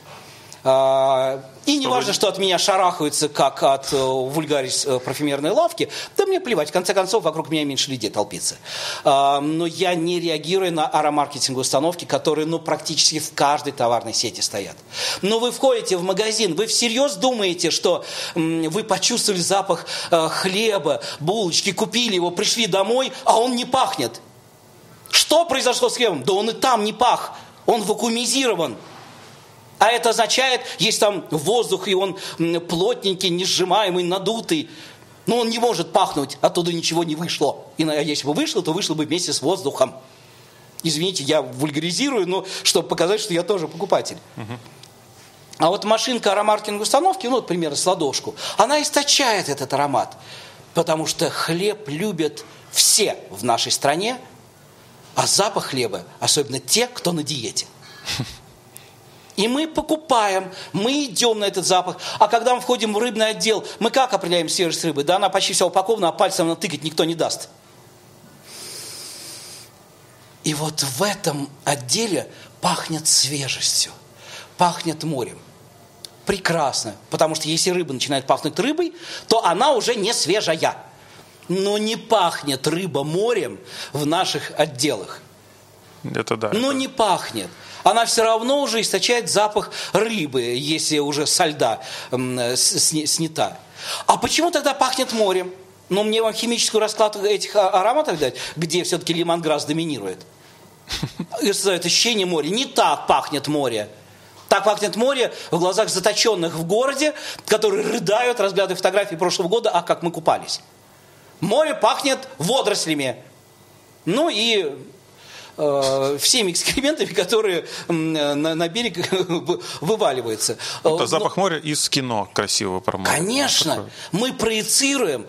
И не важно, что от меня шарахаются, как от вульгарис парфюмерной лавки, да мне плевать, в конце концов, вокруг меня меньше людей толпится. Но я не реагирую на аромаркетинговые установки, которые практически в каждой товарной сети стоят. Но вы входите в магазин, вы всерьез думаете, что вы почувствовали запах хлеба, булочки, купили его, пришли домой, а он не пахнет. Что произошло с хлебом? Да он и там не пах, он вакуумизирован. А это означает, если там воздух, и он плотненький, несжимаемый, надутый, но он не может пахнуть, оттуда ничего не вышло. И если бы вышло, то вышло бы вместе с воздухом. Извините, я вульгаризирую, но чтобы показать, что я тоже покупатель. А вот машинка аромаркетинговой установки, ну, например, с ладошку, она источает этот аромат. Потому что хлеб любят все в нашей стране, а запах хлеба, особенно те, кто на диете. И мы покупаем, мы идем на этот запах. А когда мы входим в рыбный отдел, мы как определяем свежесть рыбы? Да она почти вся упакована, а пальцем натыкать никто не даст. И вот в этом отделе пахнет свежестью, пахнет морем. Прекрасно, потому что если рыба начинает пахнуть рыбой, то она уже не свежая. Но не пахнет рыба морем в наших отделах. Это да. Но не пахнет. Она все равно уже источает запах рыбы, если уже со льда снята. А почему тогда пахнет морем? Ну, мне вам химическую раскладку этих ароматов дать, где все-таки лимонграсс доминирует. И создает ощущение моря. Не так пахнет море. Так пахнет море в глазах заточенных в городе, которые рыдают, разглядывая фотографии прошлого года, а как мы купались. Море пахнет водорослями. Ну и всеми экскрементами, которые на берег вываливаются. Это запах моря из кино красивого про море. Конечно. Мы проецируем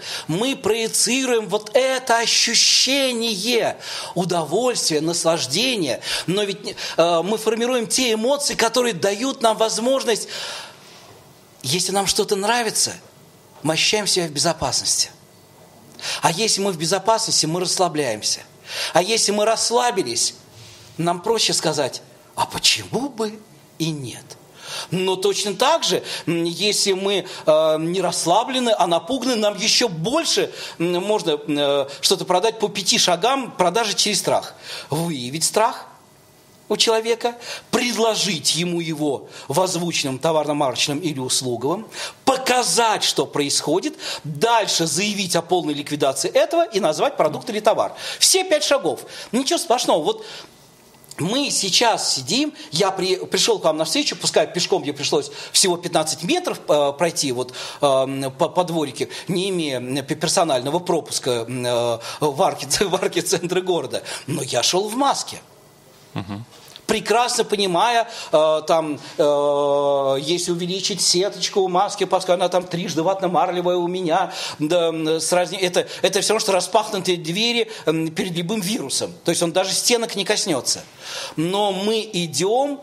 вот это ощущение удовольствия, наслаждения. Но ведь мы формируем те эмоции, которые дают нам возможность, если нам что-то нравится, мы ощущаем себя в безопасности. А если мы в безопасности, мы расслабляемся. А если мы расслабились, нам проще сказать, а почему бы и нет? Но точно так же, если мы не расслаблены, а напуганы, нам еще больше можно что-то продать по 5 шагам продажи через страх. Выявить страх у человека, предложить ему его в озвученном товарно-марочном или услуговом, показать, что происходит, дальше заявить о полной ликвидации этого и назвать продукт или товар. Все 5 шагов. Ничего страшного. Вот мы сейчас сидим, я пришел к вам на встречу, пускай пешком мне пришлось всего 15 метров пройти вот, по дворике, не имея персонального пропуска в арке центра города, но я шел в маске. Прекрасно понимая, там, если увеличить сеточку маски, поскольку она там 3 ватно-марлевая у меня, да, это все равно, что распахнутые двери перед любым вирусом. То есть он даже стенок не коснется. Но мы идем,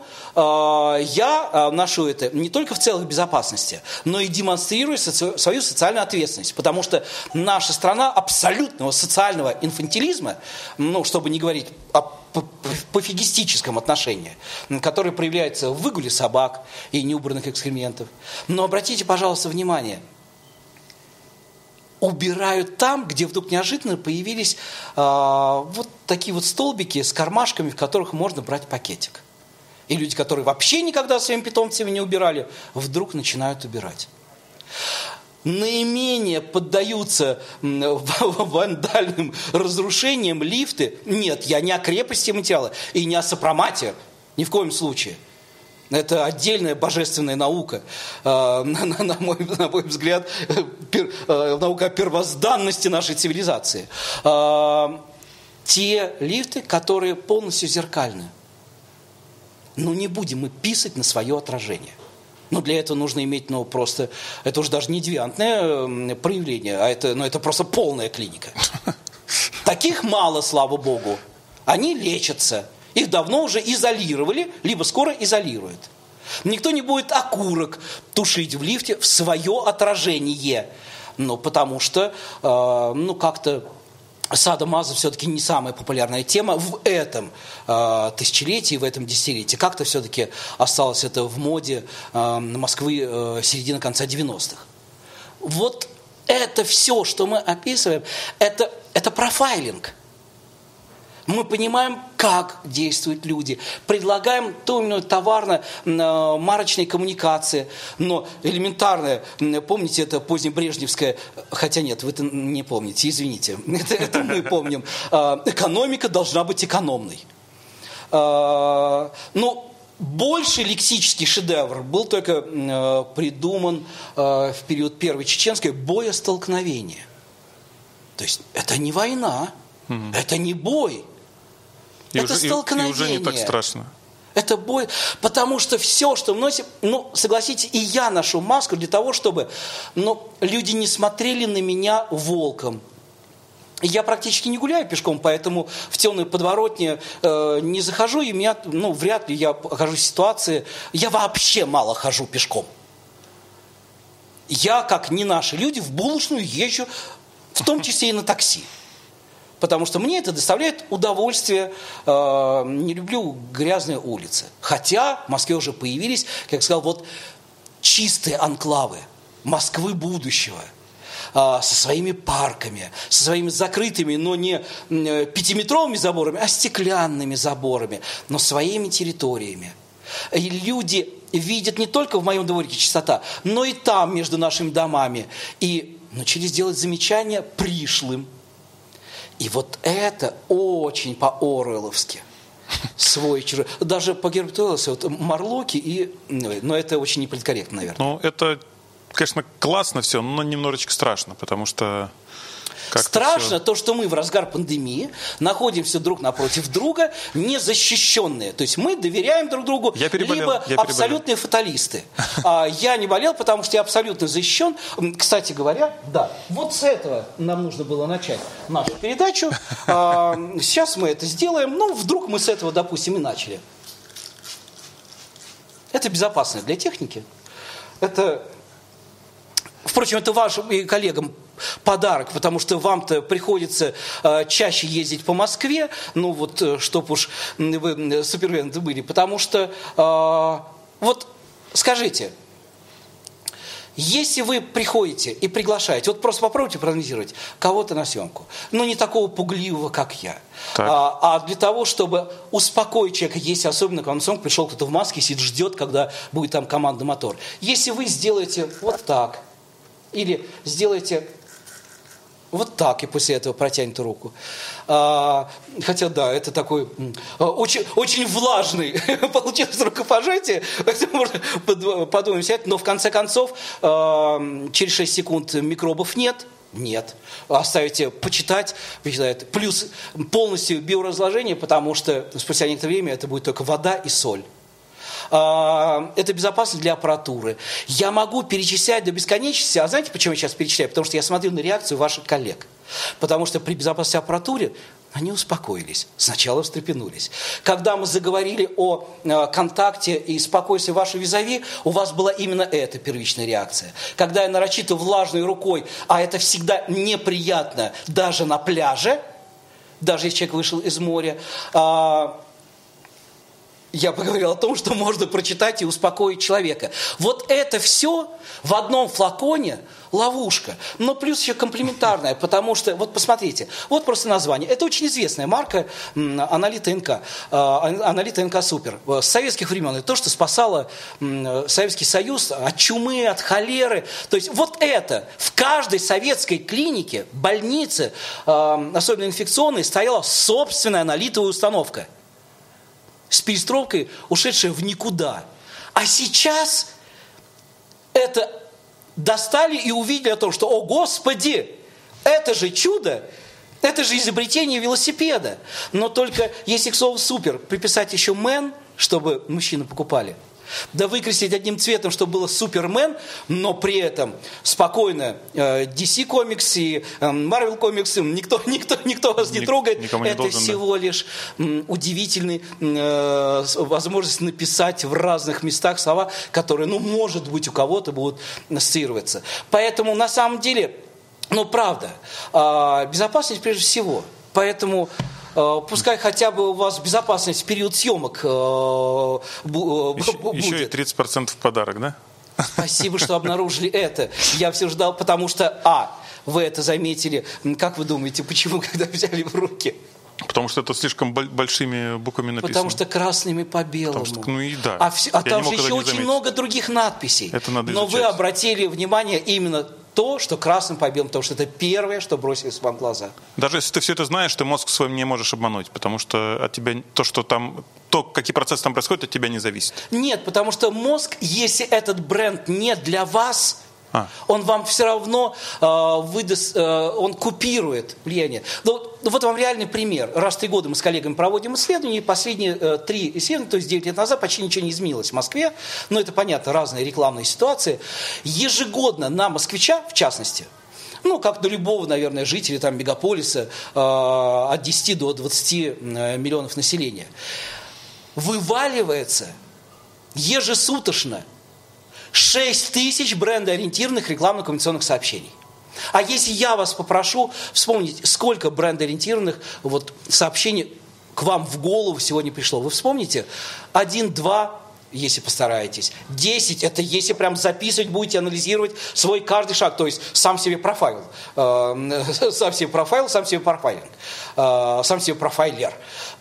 я ношу это не только в целях безопасности, но и демонстрирую свою социальную ответственность. Потому что наша страна абсолютного социального инфантилизма, ну, чтобы не говорить о пофигистическом отношении, которое проявляется в выгуле собак и неубранных экскрементов. Но обратите, пожалуйста, внимание, убирают там, где вдруг неожиданно появились вот такие вот столбики с кармашками, в которых можно брать пакетик. И люди, которые вообще никогда своими питомцами не убирали, вдруг начинают убирать. Наименее поддаются вандальным разрушениям лифты. Нет, я не о крепости материала и не о сопромате. Ни в коем случае. Это отдельная божественная наука. На мой взгляд, наука о первозданности нашей цивилизации. Те лифты, которые полностью зеркальны. Ну, не будем мы писать на свое отражение. Но для этого нужно иметь, ну, просто, это уже даже не девиантное проявление, а это просто полная клиника. Таких мало, слава богу. Они лечатся. Их давно уже изолировали, либо скоро изолируют. Никто не будет окурок тушить в лифте в свое отражение. Ну, потому что, ну, как-то садомазо все-таки не самая популярная тема в этом тысячелетии, в этом десятилетии. Как-то все-таки осталось это в моде Москвы середины-конца 90-х. Вот это все, что мы описываем, это профайлинг. Мы понимаем, как действуют люди. Предлагаем ту или иную товарно-марочные коммуникации, но элементарное, помните, это позднебрежневское, хотя нет, вы это не помните, извините, это мы помним. Экономика должна быть экономной. Больший лексический шедевр был только придуман в период Первой Чеченской, боестолкновение. То есть это не война, это не бой, это столкновение. И уже не так страшно. Это бой, потому что все, что мы носим, согласитесь, и я ношу маску для того, чтобы люди не смотрели на меня волком. Я практически не гуляю пешком, поэтому в темной подворотне не захожу, и меня, вряд ли я окажусь в ситуации, я вообще мало хожу пешком. Я, как не наши люди, в булочную езжу, в том числе и на такси. Потому что мне это доставляет удовольствие, не люблю грязные улицы. Хотя в Москве уже появились, как я сказал, чистые анклавы Москвы будущего. Со своими парками, со своими закрытыми, но не 5-метровыми заборами, а стеклянными заборами, но своими территориями. И люди видят не только в моем дворике чистота, но и там, между нашими домами. И начали делать замечания пришлым. И это очень по-оруэлловски. Свой-чужой. Даже по Герберту Уэллсу, Марлоки, но это очень неполиткорректно, наверное. Это... Конечно, классно все, но немножечко страшно, потому что... Страшно то, что мы в разгар пандемии находимся друг напротив друга, незащищенные. То есть мы доверяем друг другу, либо абсолютные фаталисты. Я не болел, потому что я абсолютно защищен. Кстати говоря, с этого нам нужно было начать нашу передачу. Сейчас мы это сделаем. Вдруг мы с этого, допустим, и начали. Это безопасно для техники. Впрочем, это вашим коллегам подарок, потому что вам-то приходится чаще ездить по Москве, чтоб уж вы супермены были, потому что, скажите, если вы приходите и приглашаете, просто попробуйте проанализировать кого-то на съемку, не такого пугливого, как я, а для того, чтобы успокоить человека, если особенно, когда на съемку пришел кто-то в маске, сидит, ждет, когда будет там командный мотор. Если вы сделаете так, или сделайте так, и после этого протянете руку. Хотя, это такой очень, очень влажный получилось рукопожатие. Это можно подумать, но в конце концов, через 6 секунд микробов нет. Нет. Оставите почитать. Плюс полностью биоразложение, потому что спустя некоторое время это будет только вода и соль. Это безопасно для аппаратуры. Я могу перечислять до бесконечности. А знаете, почему я сейчас перечисляю? Потому что я смотрю на реакцию ваших коллег. Потому что при безопасности аппаратуры они успокоились. Сначала встрепенулись. Когда мы заговорили о контакте и спокойствии вашей визави, у вас была именно эта первичная реакция. Когда я нарочито влажной рукой, а это всегда неприятно даже на пляже, даже если человек вышел из моря, я поговорил о том, что можно прочитать и успокоить человека. Это все в одном флаконе ловушка. Но плюс еще комплементарная, потому что, посмотрите, просто название. Это очень известная марка Аналита НК. Аналита НК Супер. С советских времен. Это то, что спасало Советский Союз от чумы, от холеры. То есть это в каждой советской клинике, больнице, особенно инфекционной, стояла собственная аналитовая установка. С перестройкой, ушедшая в никуда. А сейчас это достали и увидели о том, что, о Господи, это же чудо, это же изобретение велосипеда. Но только если к слову «супер» приписать еще «мен», чтобы мужчины покупали, да выкрасить одним цветом, чтобы было Супермен, но при этом спокойно DC комикс и Marvel комикс, никто вас не трогает. Это всего лишь удивительная возможность написать в разных местах слова, которые, может быть, у кого-то будут ассоциироваться. Поэтому, на самом деле, правда, безопасность прежде всего. Поэтому пускай хотя бы у вас безопасность в период съемок будет. Еще и 30% в подарок, да? Спасибо, что обнаружили это. Я все ждал, потому что, вы это заметили. Как вы думаете, почему, когда взяли в руки? Потому что это слишком большими буквами написано. Потому что красными по белому. Что, ну и да. А там же еще очень много других надписей. Это надо Но изучать. вы обратили внимание именно то, что красным по белому, потому что это первое, что бросилось вам в глаза. Даже если ты все это знаешь, ты мозг свой не можешь обмануть, потому что от тебя то, что там, то, какие процессы там происходят, от тебя не зависит. Нет, потому что мозг, если этот бренд не для вас, он вам все равно выдаст, он купирует влияние. Вот вам реальный пример. Раз в 3 года мы с коллегами проводим исследования, и последние 3 исследования, то есть 9 лет назад, почти ничего не изменилось в Москве, но это понятно, разные рекламные ситуации. Ежегодно на москвича, в частности, ну, как на любого, наверное, жителя там, мегаполиса, от 10 до 20 миллионов населения, вываливается ежесуточно 6 тысяч брендоориентированных рекламно-коммуникационных сообщений. А если я вас попрошу вспомнить, сколько брендоориентированных сообщений к вам в голову сегодня пришло, вы вспомните? 1, 2, если постараетесь. 10, это если прям записывать будете, анализировать свой каждый шаг, то есть сам себе профайл. Сам себе профайл, сам себе профайлинг. Сам себе профайлер.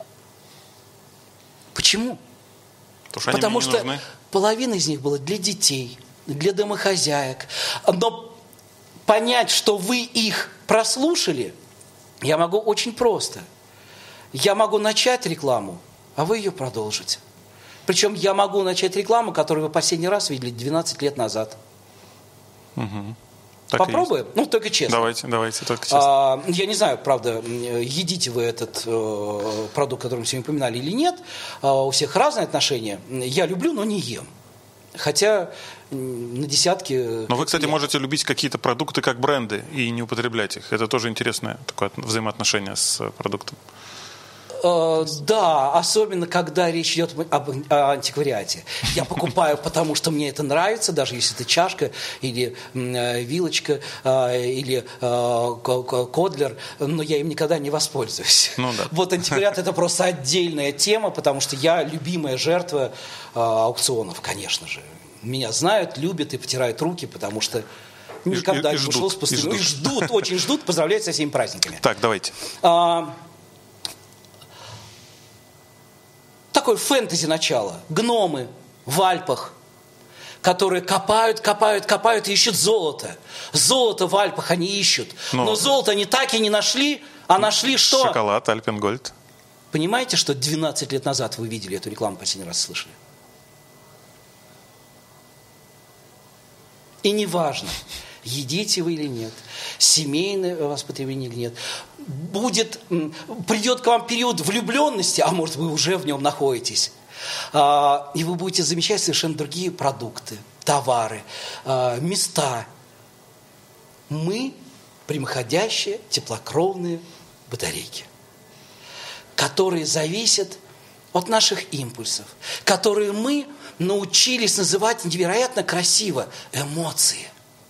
Почему? Потому что половина из них была для детей, для домохозяек. Но понять, что вы их прослушали, я могу очень просто. Я могу начать рекламу, а вы ее продолжите. Причем я могу начать рекламу, которую вы последний раз видели 12 лет назад. Угу. Попробуем? Ну, только честно. Давайте, только честно. Я не знаю, правда, едите вы этот продукт, который мы сегодня упоминали, или нет. У всех разные отношения. Я люблю, но не ем. Хотя на десятки... Но вы, кстати, можете любить какие-то продукты как бренды и не употреблять их. Это тоже интересное такое взаимоотношение с продуктом. Да, особенно когда речь идет об антиквариате. Я покупаю, потому что мне это нравится, даже если это чашка или вилочка или кодлер, но я им никогда не воспользуюсь. Ну, да. Вот антиквариат — это просто отдельная тема, потому что я любимая жертва аукционов, конечно же. Меня знают, любят и потирают руки, потому что никогда не ушел с пустым. И ждут, очень ждут, поздравляют со всеми праздниками. Так, давайте. Такое фэнтези начало. Гномы в Альпах, которые копают и ищут золото. Золото в Альпах они ищут. Но золото они так и не нашли, а нашли что? Шоколад, Альпенгольд. Понимаете, что 12 лет назад вы видели эту рекламу, последний раз слышали? И неважно, едите вы или нет, семейное у вас потребление или нет, придет к вам период влюбленности, а может вы уже в нем находитесь, и вы будете замечать совершенно другие продукты, товары, места. Мы прямоходящие теплокровные батарейки, которые зависят от наших импульсов, которые мы научились называть невероятно красиво эмоции.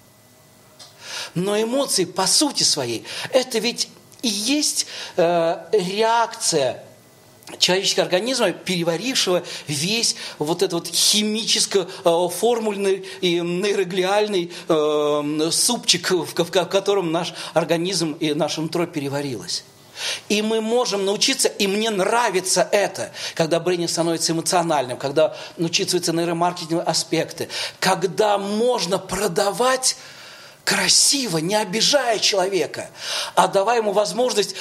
Но эмоции по сути своей, это ведь и есть реакция человеческого организма, переварившего весь вот этот вот химическо-формульный и нейроглиальный супчик, в котором наш организм и наше нутро переварилось. И мы можем научиться, и мне нравится это, когда брендинг становится эмоциональным, когда учитываются нейромаркетинговые аспекты, когда можно продавать красиво, не обижая человека, а давая ему возможность,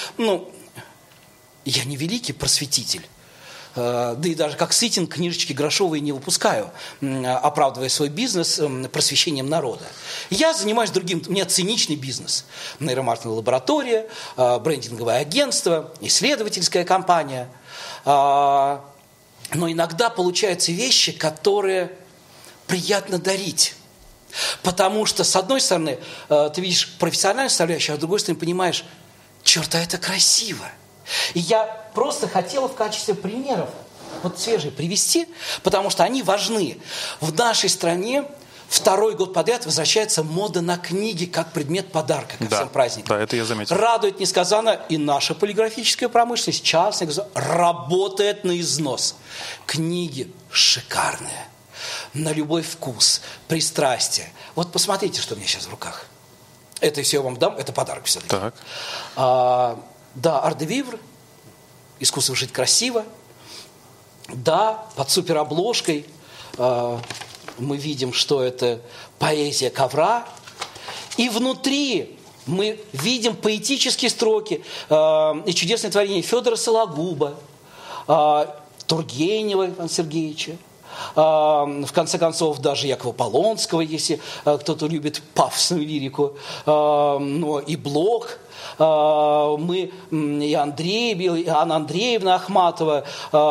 я не великий просветитель, да и даже как Сытин книжечки грошовые не выпускаю, оправдывая свой бизнес просвещением народа. Я занимаюсь другим, у меня циничный бизнес. Нейромаркетинговая лаборатория, брендинговое агентство, исследовательская компания. Но иногда получаются вещи, которые приятно дарить. Потому что, с одной стороны, ты видишь профессиональную составляющую, а с другой стороны, понимаешь, черт, а это красиво. И я просто хотела в качестве примеров свежие привести, потому что они важны. В нашей стране 2-й год подряд возвращается мода на книги как предмет подарка ко всем праздникам. Да, это я заметил. Радует несказанно, и наша полиграфическая промышленность, частная, работает на износ. Книги шикарные, на любой вкус, пристрастие. Вот посмотрите, что у меня сейчас в руках. Это все я вам дам, это подарок все-таки. Так. Да, Art de Vivre, искусство жить красиво. Да, под суперобложкой мы видим, что это поэзия ковра. И внутри мы видим поэтические строки и чудесное творение Федора Сологуба, Тургенева Ивана Сергеевича, в конце концов, даже Якова Полонского, если кто-то любит пафосную лирику, но и Блок, мы и Андрей, и Анна Андреевна Ахматова.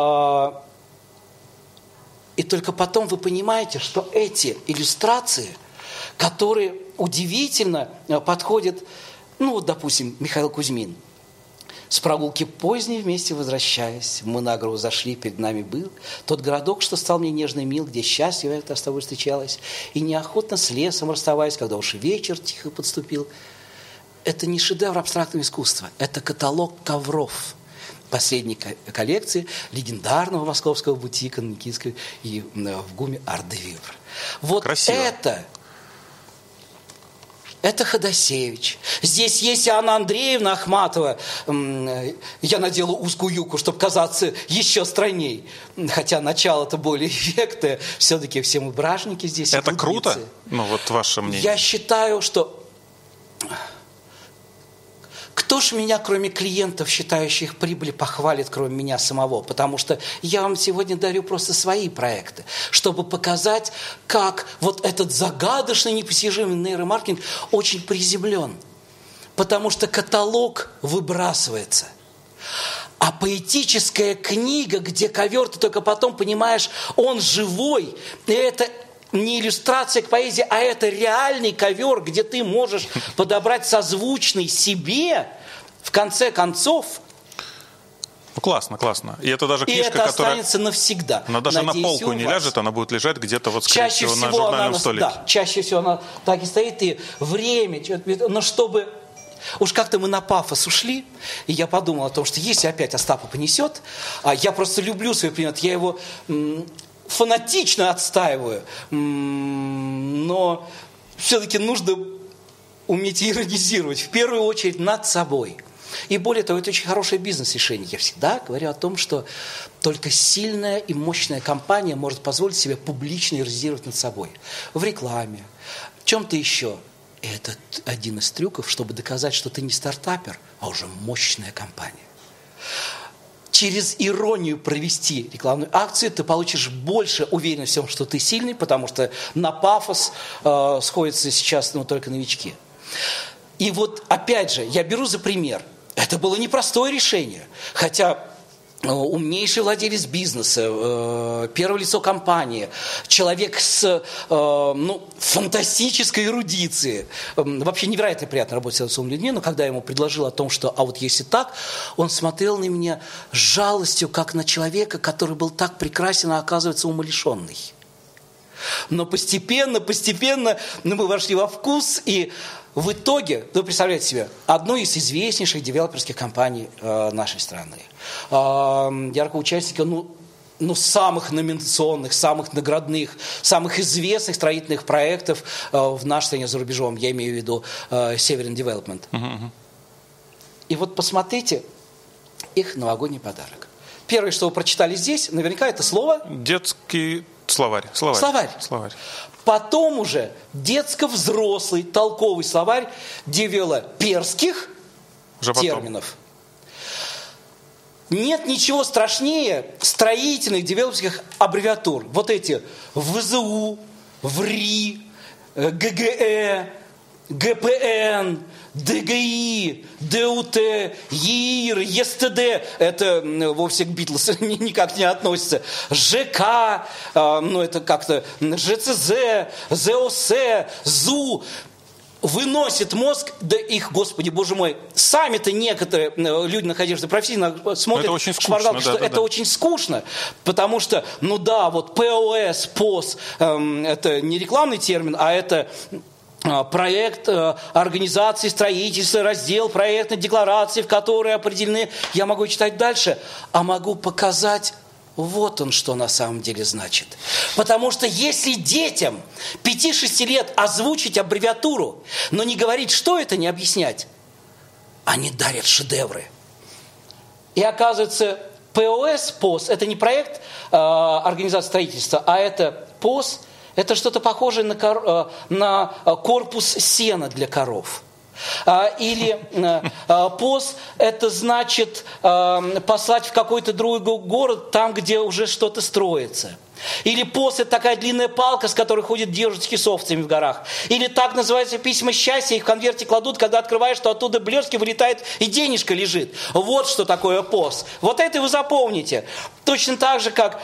И только потом вы понимаете, что эти иллюстрации, которые удивительно подходят, ну вот, допустим, Михаил Кузьмин. С прогулки поздней вместе возвращаясь, мы на гору зашли, перед нами был тот городок, что стал мне нежно мил, где счастье это с тобой встречалось, и неохотно с лесом расставаясь, когда уж вечер тихо подступил. Это не шедевр абстрактного искусства, это каталог ковров последней коллекции легендарного московского бутика на Никитской и в ГУМе «Арт-де-Вивр». Вот красиво. Это Ходосевич. Здесь есть Анна Андреевна Ахматова. Я надела узкую юбку, чтобы казаться еще стройней. Хотя начало-то более эффектное. Все-таки все мы бражники здесь. Это круто? Ну, вот ваше мнение. Я считаю, что... Кто ж меня, кроме клиентов, считающих прибыль, похвалит, кроме меня самого? Потому что я вам сегодня дарю просто свои проекты, чтобы показать, как вот этот загадочный, непостижимый нейромаркетинг очень приземлен. Потому что каталог выбрасывается. А поэтическая книга, где ковер, ты только потом понимаешь, он живой, и это... не иллюстрация к поэзии, а это реальный ковер, где ты можешь подобрать созвучный себе, в конце концов. Ну, классно, классно. И это даже книжка, которая... останется навсегда. Она даже на полку не ляжет, она будет лежать где-то вот, скорее всего, на журнальном столике. Да, чаще всего она так и стоит, и время, но чтобы... Уж как-то мы на пафос ушли, и я подумал о том, что если опять Остапа понесет, я просто люблю свой предмет, я его... фанатично отстаиваю, но все-таки нужно уметь иронизировать, в первую очередь над собой. И более того, это очень хорошее бизнес-решение. Я всегда говорю о том, что только сильная и мощная компания может позволить себе публично иронизировать над собой. В рекламе, в чем-то еще. И это один из трюков, чтобы доказать, что ты не стартапер, а уже мощная компания. Через иронию провести рекламную акцию, ты получишь больше уверенности в том, что ты сильный, потому что на пафос сходятся сейчас только новички. И вот опять же, я беру за пример. Это было непростое решение, хотя умнейший владелец бизнеса, первое лицо компании, человек с фантастической эрудицией. Вообще невероятно приятно работать с умными людьми, но когда я ему предложил о том, что вот если так, он смотрел на меня с жалостью, как на человека, который был так прекрасен, а оказывается умалишенный. Но постепенно мы вошли во вкус, и в итоге, вы представляете себе, одной из известнейших девелоперских компаний нашей страны, яркого участника, самых номинационных, самых наградных, самых известных строительных проектов в нашей стране за рубежом, я имею в виду Северин Development. И вот посмотрите их новогодний подарок. Первое, что вы прочитали здесь, наверняка это слово... Детский словарь. Потом уже детско-взрослый толковый словарь девелоперских терминов. Нет ничего страшнее строительных девелоперских аббревиатур. Вот эти ВЗУ, ВРИ, ГГЭ, ГПН, ДГИ, ДУТ, ЕИР, ЕСТД, это вовсе к Битлз никак не относится, ЖК, это как-то ЖЦЗ, ЗОС, ЗУ, выносит мозг, да их, Господи, Боже мой, сами-то некоторые люди, находящиеся в профессии, смотрят, это очень скучно, что это очень скучно, потому что, ПОС, ПОС, это не рекламный термин, а это... проект организации строительства, раздел проектной декларации, в которой определены, я могу читать дальше, а могу показать, вот он что на самом деле значит. Потому что если детям 5-6 лет озвучить аббревиатуру, но не говорить, что это, не объяснять, они дарят шедевры. И оказывается, ПОС, это не проект организации строительства, а это ПОС, это что-то похожее на корпус сена для коров. Или ПОС – это значит послать в какой-то другой город, там, где уже что-то строится. Или ПОС – это такая длинная палка, с которой ходят девушки с овцами в горах. Или так называются письма счастья, их в конверте кладут, когда открываешь, что оттуда блески вылетает и денежка лежит. Вот что такое ПОС. Вот это вы запомните. Точно так же, как...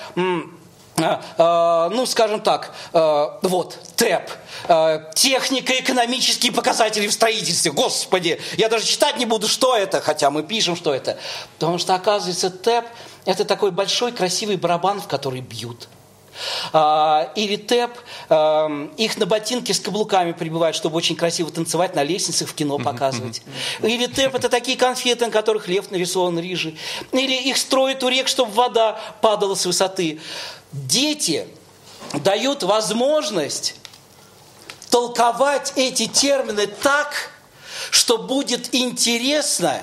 скажем так, вот, ТЭП, технико-экономические показатели в строительстве. Господи, я даже читать не буду, что это, хотя мы пишем, что это. Потому что, оказывается, ТЭП – это такой большой красивый барабан, в который бьют. Или ТЭП, их на ботинке с каблуками прибивают, чтобы очень красиво танцевать, на лестницах в кино показывать. Или ТЭП – это такие конфеты, на которых лев нарисован рыжий. Или их строят у рек, чтобы вода падала с высоты. Дети дают возможность толковать эти термины так, что будет интересно.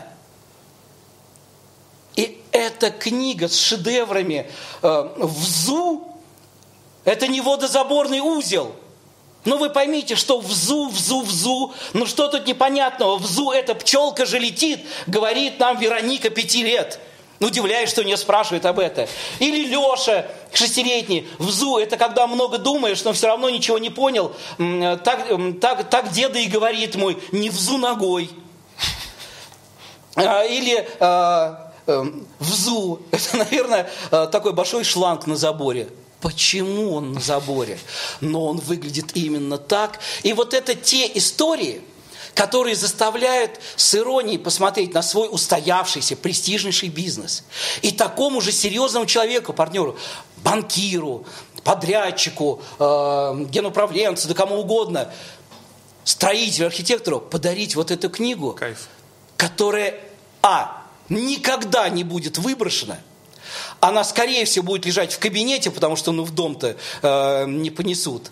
И эта книга с шедеврами ВЗУ – это не водозаборный узел. Но вы поймите, что ВЗУ, ну что тут непонятного? ВЗУ – это пчелка же летит, говорит нам Вероника 5 лет. Удивляюсь, что не спрашивает об этом. Или Леша, 6-летний, ВЗУ – это когда много думаешь, но все равно ничего не понял. Так деда и говорит мой, не ВЗУ ногой. Или ВЗУ – это, наверное, такой большой шланг на заборе. Почему он на заборе? Но он выглядит именно так. И вот это те истории, которые заставляют с иронией посмотреть на свой устоявшийся, престижнейший бизнес. И такому же серьезному человеку, партнеру, банкиру, подрядчику, геnuправленцу, да кому угодно, строителю, архитектору подарить вот эту книгу, Кайф. Которая, никогда не будет выброшена. Она, скорее всего, будет лежать в кабинете, потому что, в дом-то не понесут.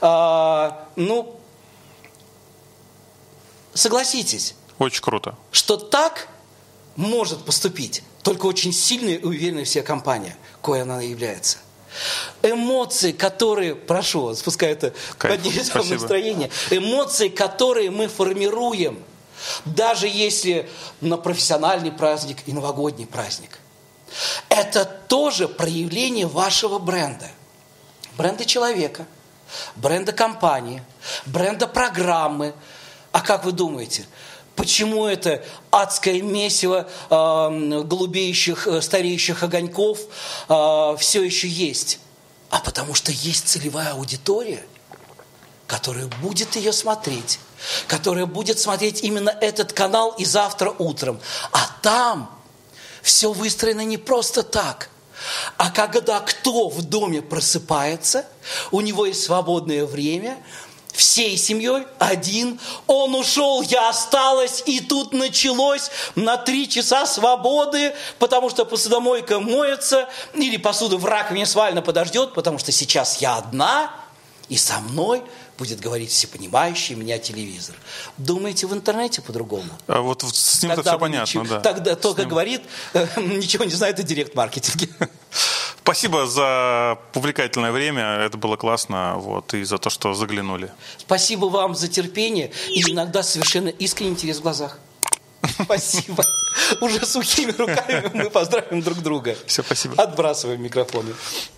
Согласитесь. Очень круто. Что так может поступить только очень сильная и уверенная в себе компания, кое она является. Эмоции, которые, прошу вас, пускай это поднимет вам настроение, эмоции, которые мы формируем, даже если на профессиональный праздник и новогодний праздник, это тоже проявление вашего бренда. Бренда человека, бренда компании, бренда программы. А как вы думаете, почему это адское месиво голубеющих, стареющих огоньков все еще есть? А потому что есть целевая аудитория, которая будет ее смотреть, которая будет смотреть именно этот канал и завтра утром. А там все выстроено не просто так. А когда кто в доме просыпается, у него есть свободное время, всей семьей один, он ушел, я осталась, и тут началось на 3 часа свободы, потому что посудомойка моется, или посуда в раковине свалена подождет, потому что сейчас я одна, и со мной будет говорить всепонимающий меня телевизор. Думаете, в интернете по-другому? А вот с ним-то все понятно, да. Тогда только говорит, ничего не знает о директ-маркетинге. Спасибо за увлекательное время, это было классно, и за то, что заглянули. Спасибо вам за терпение и иногда совершенно искренний интерес в глазах. Спасибо. Уже сухими руками мы поздравим друг друга. Все, спасибо. Отбрасываем микрофоны.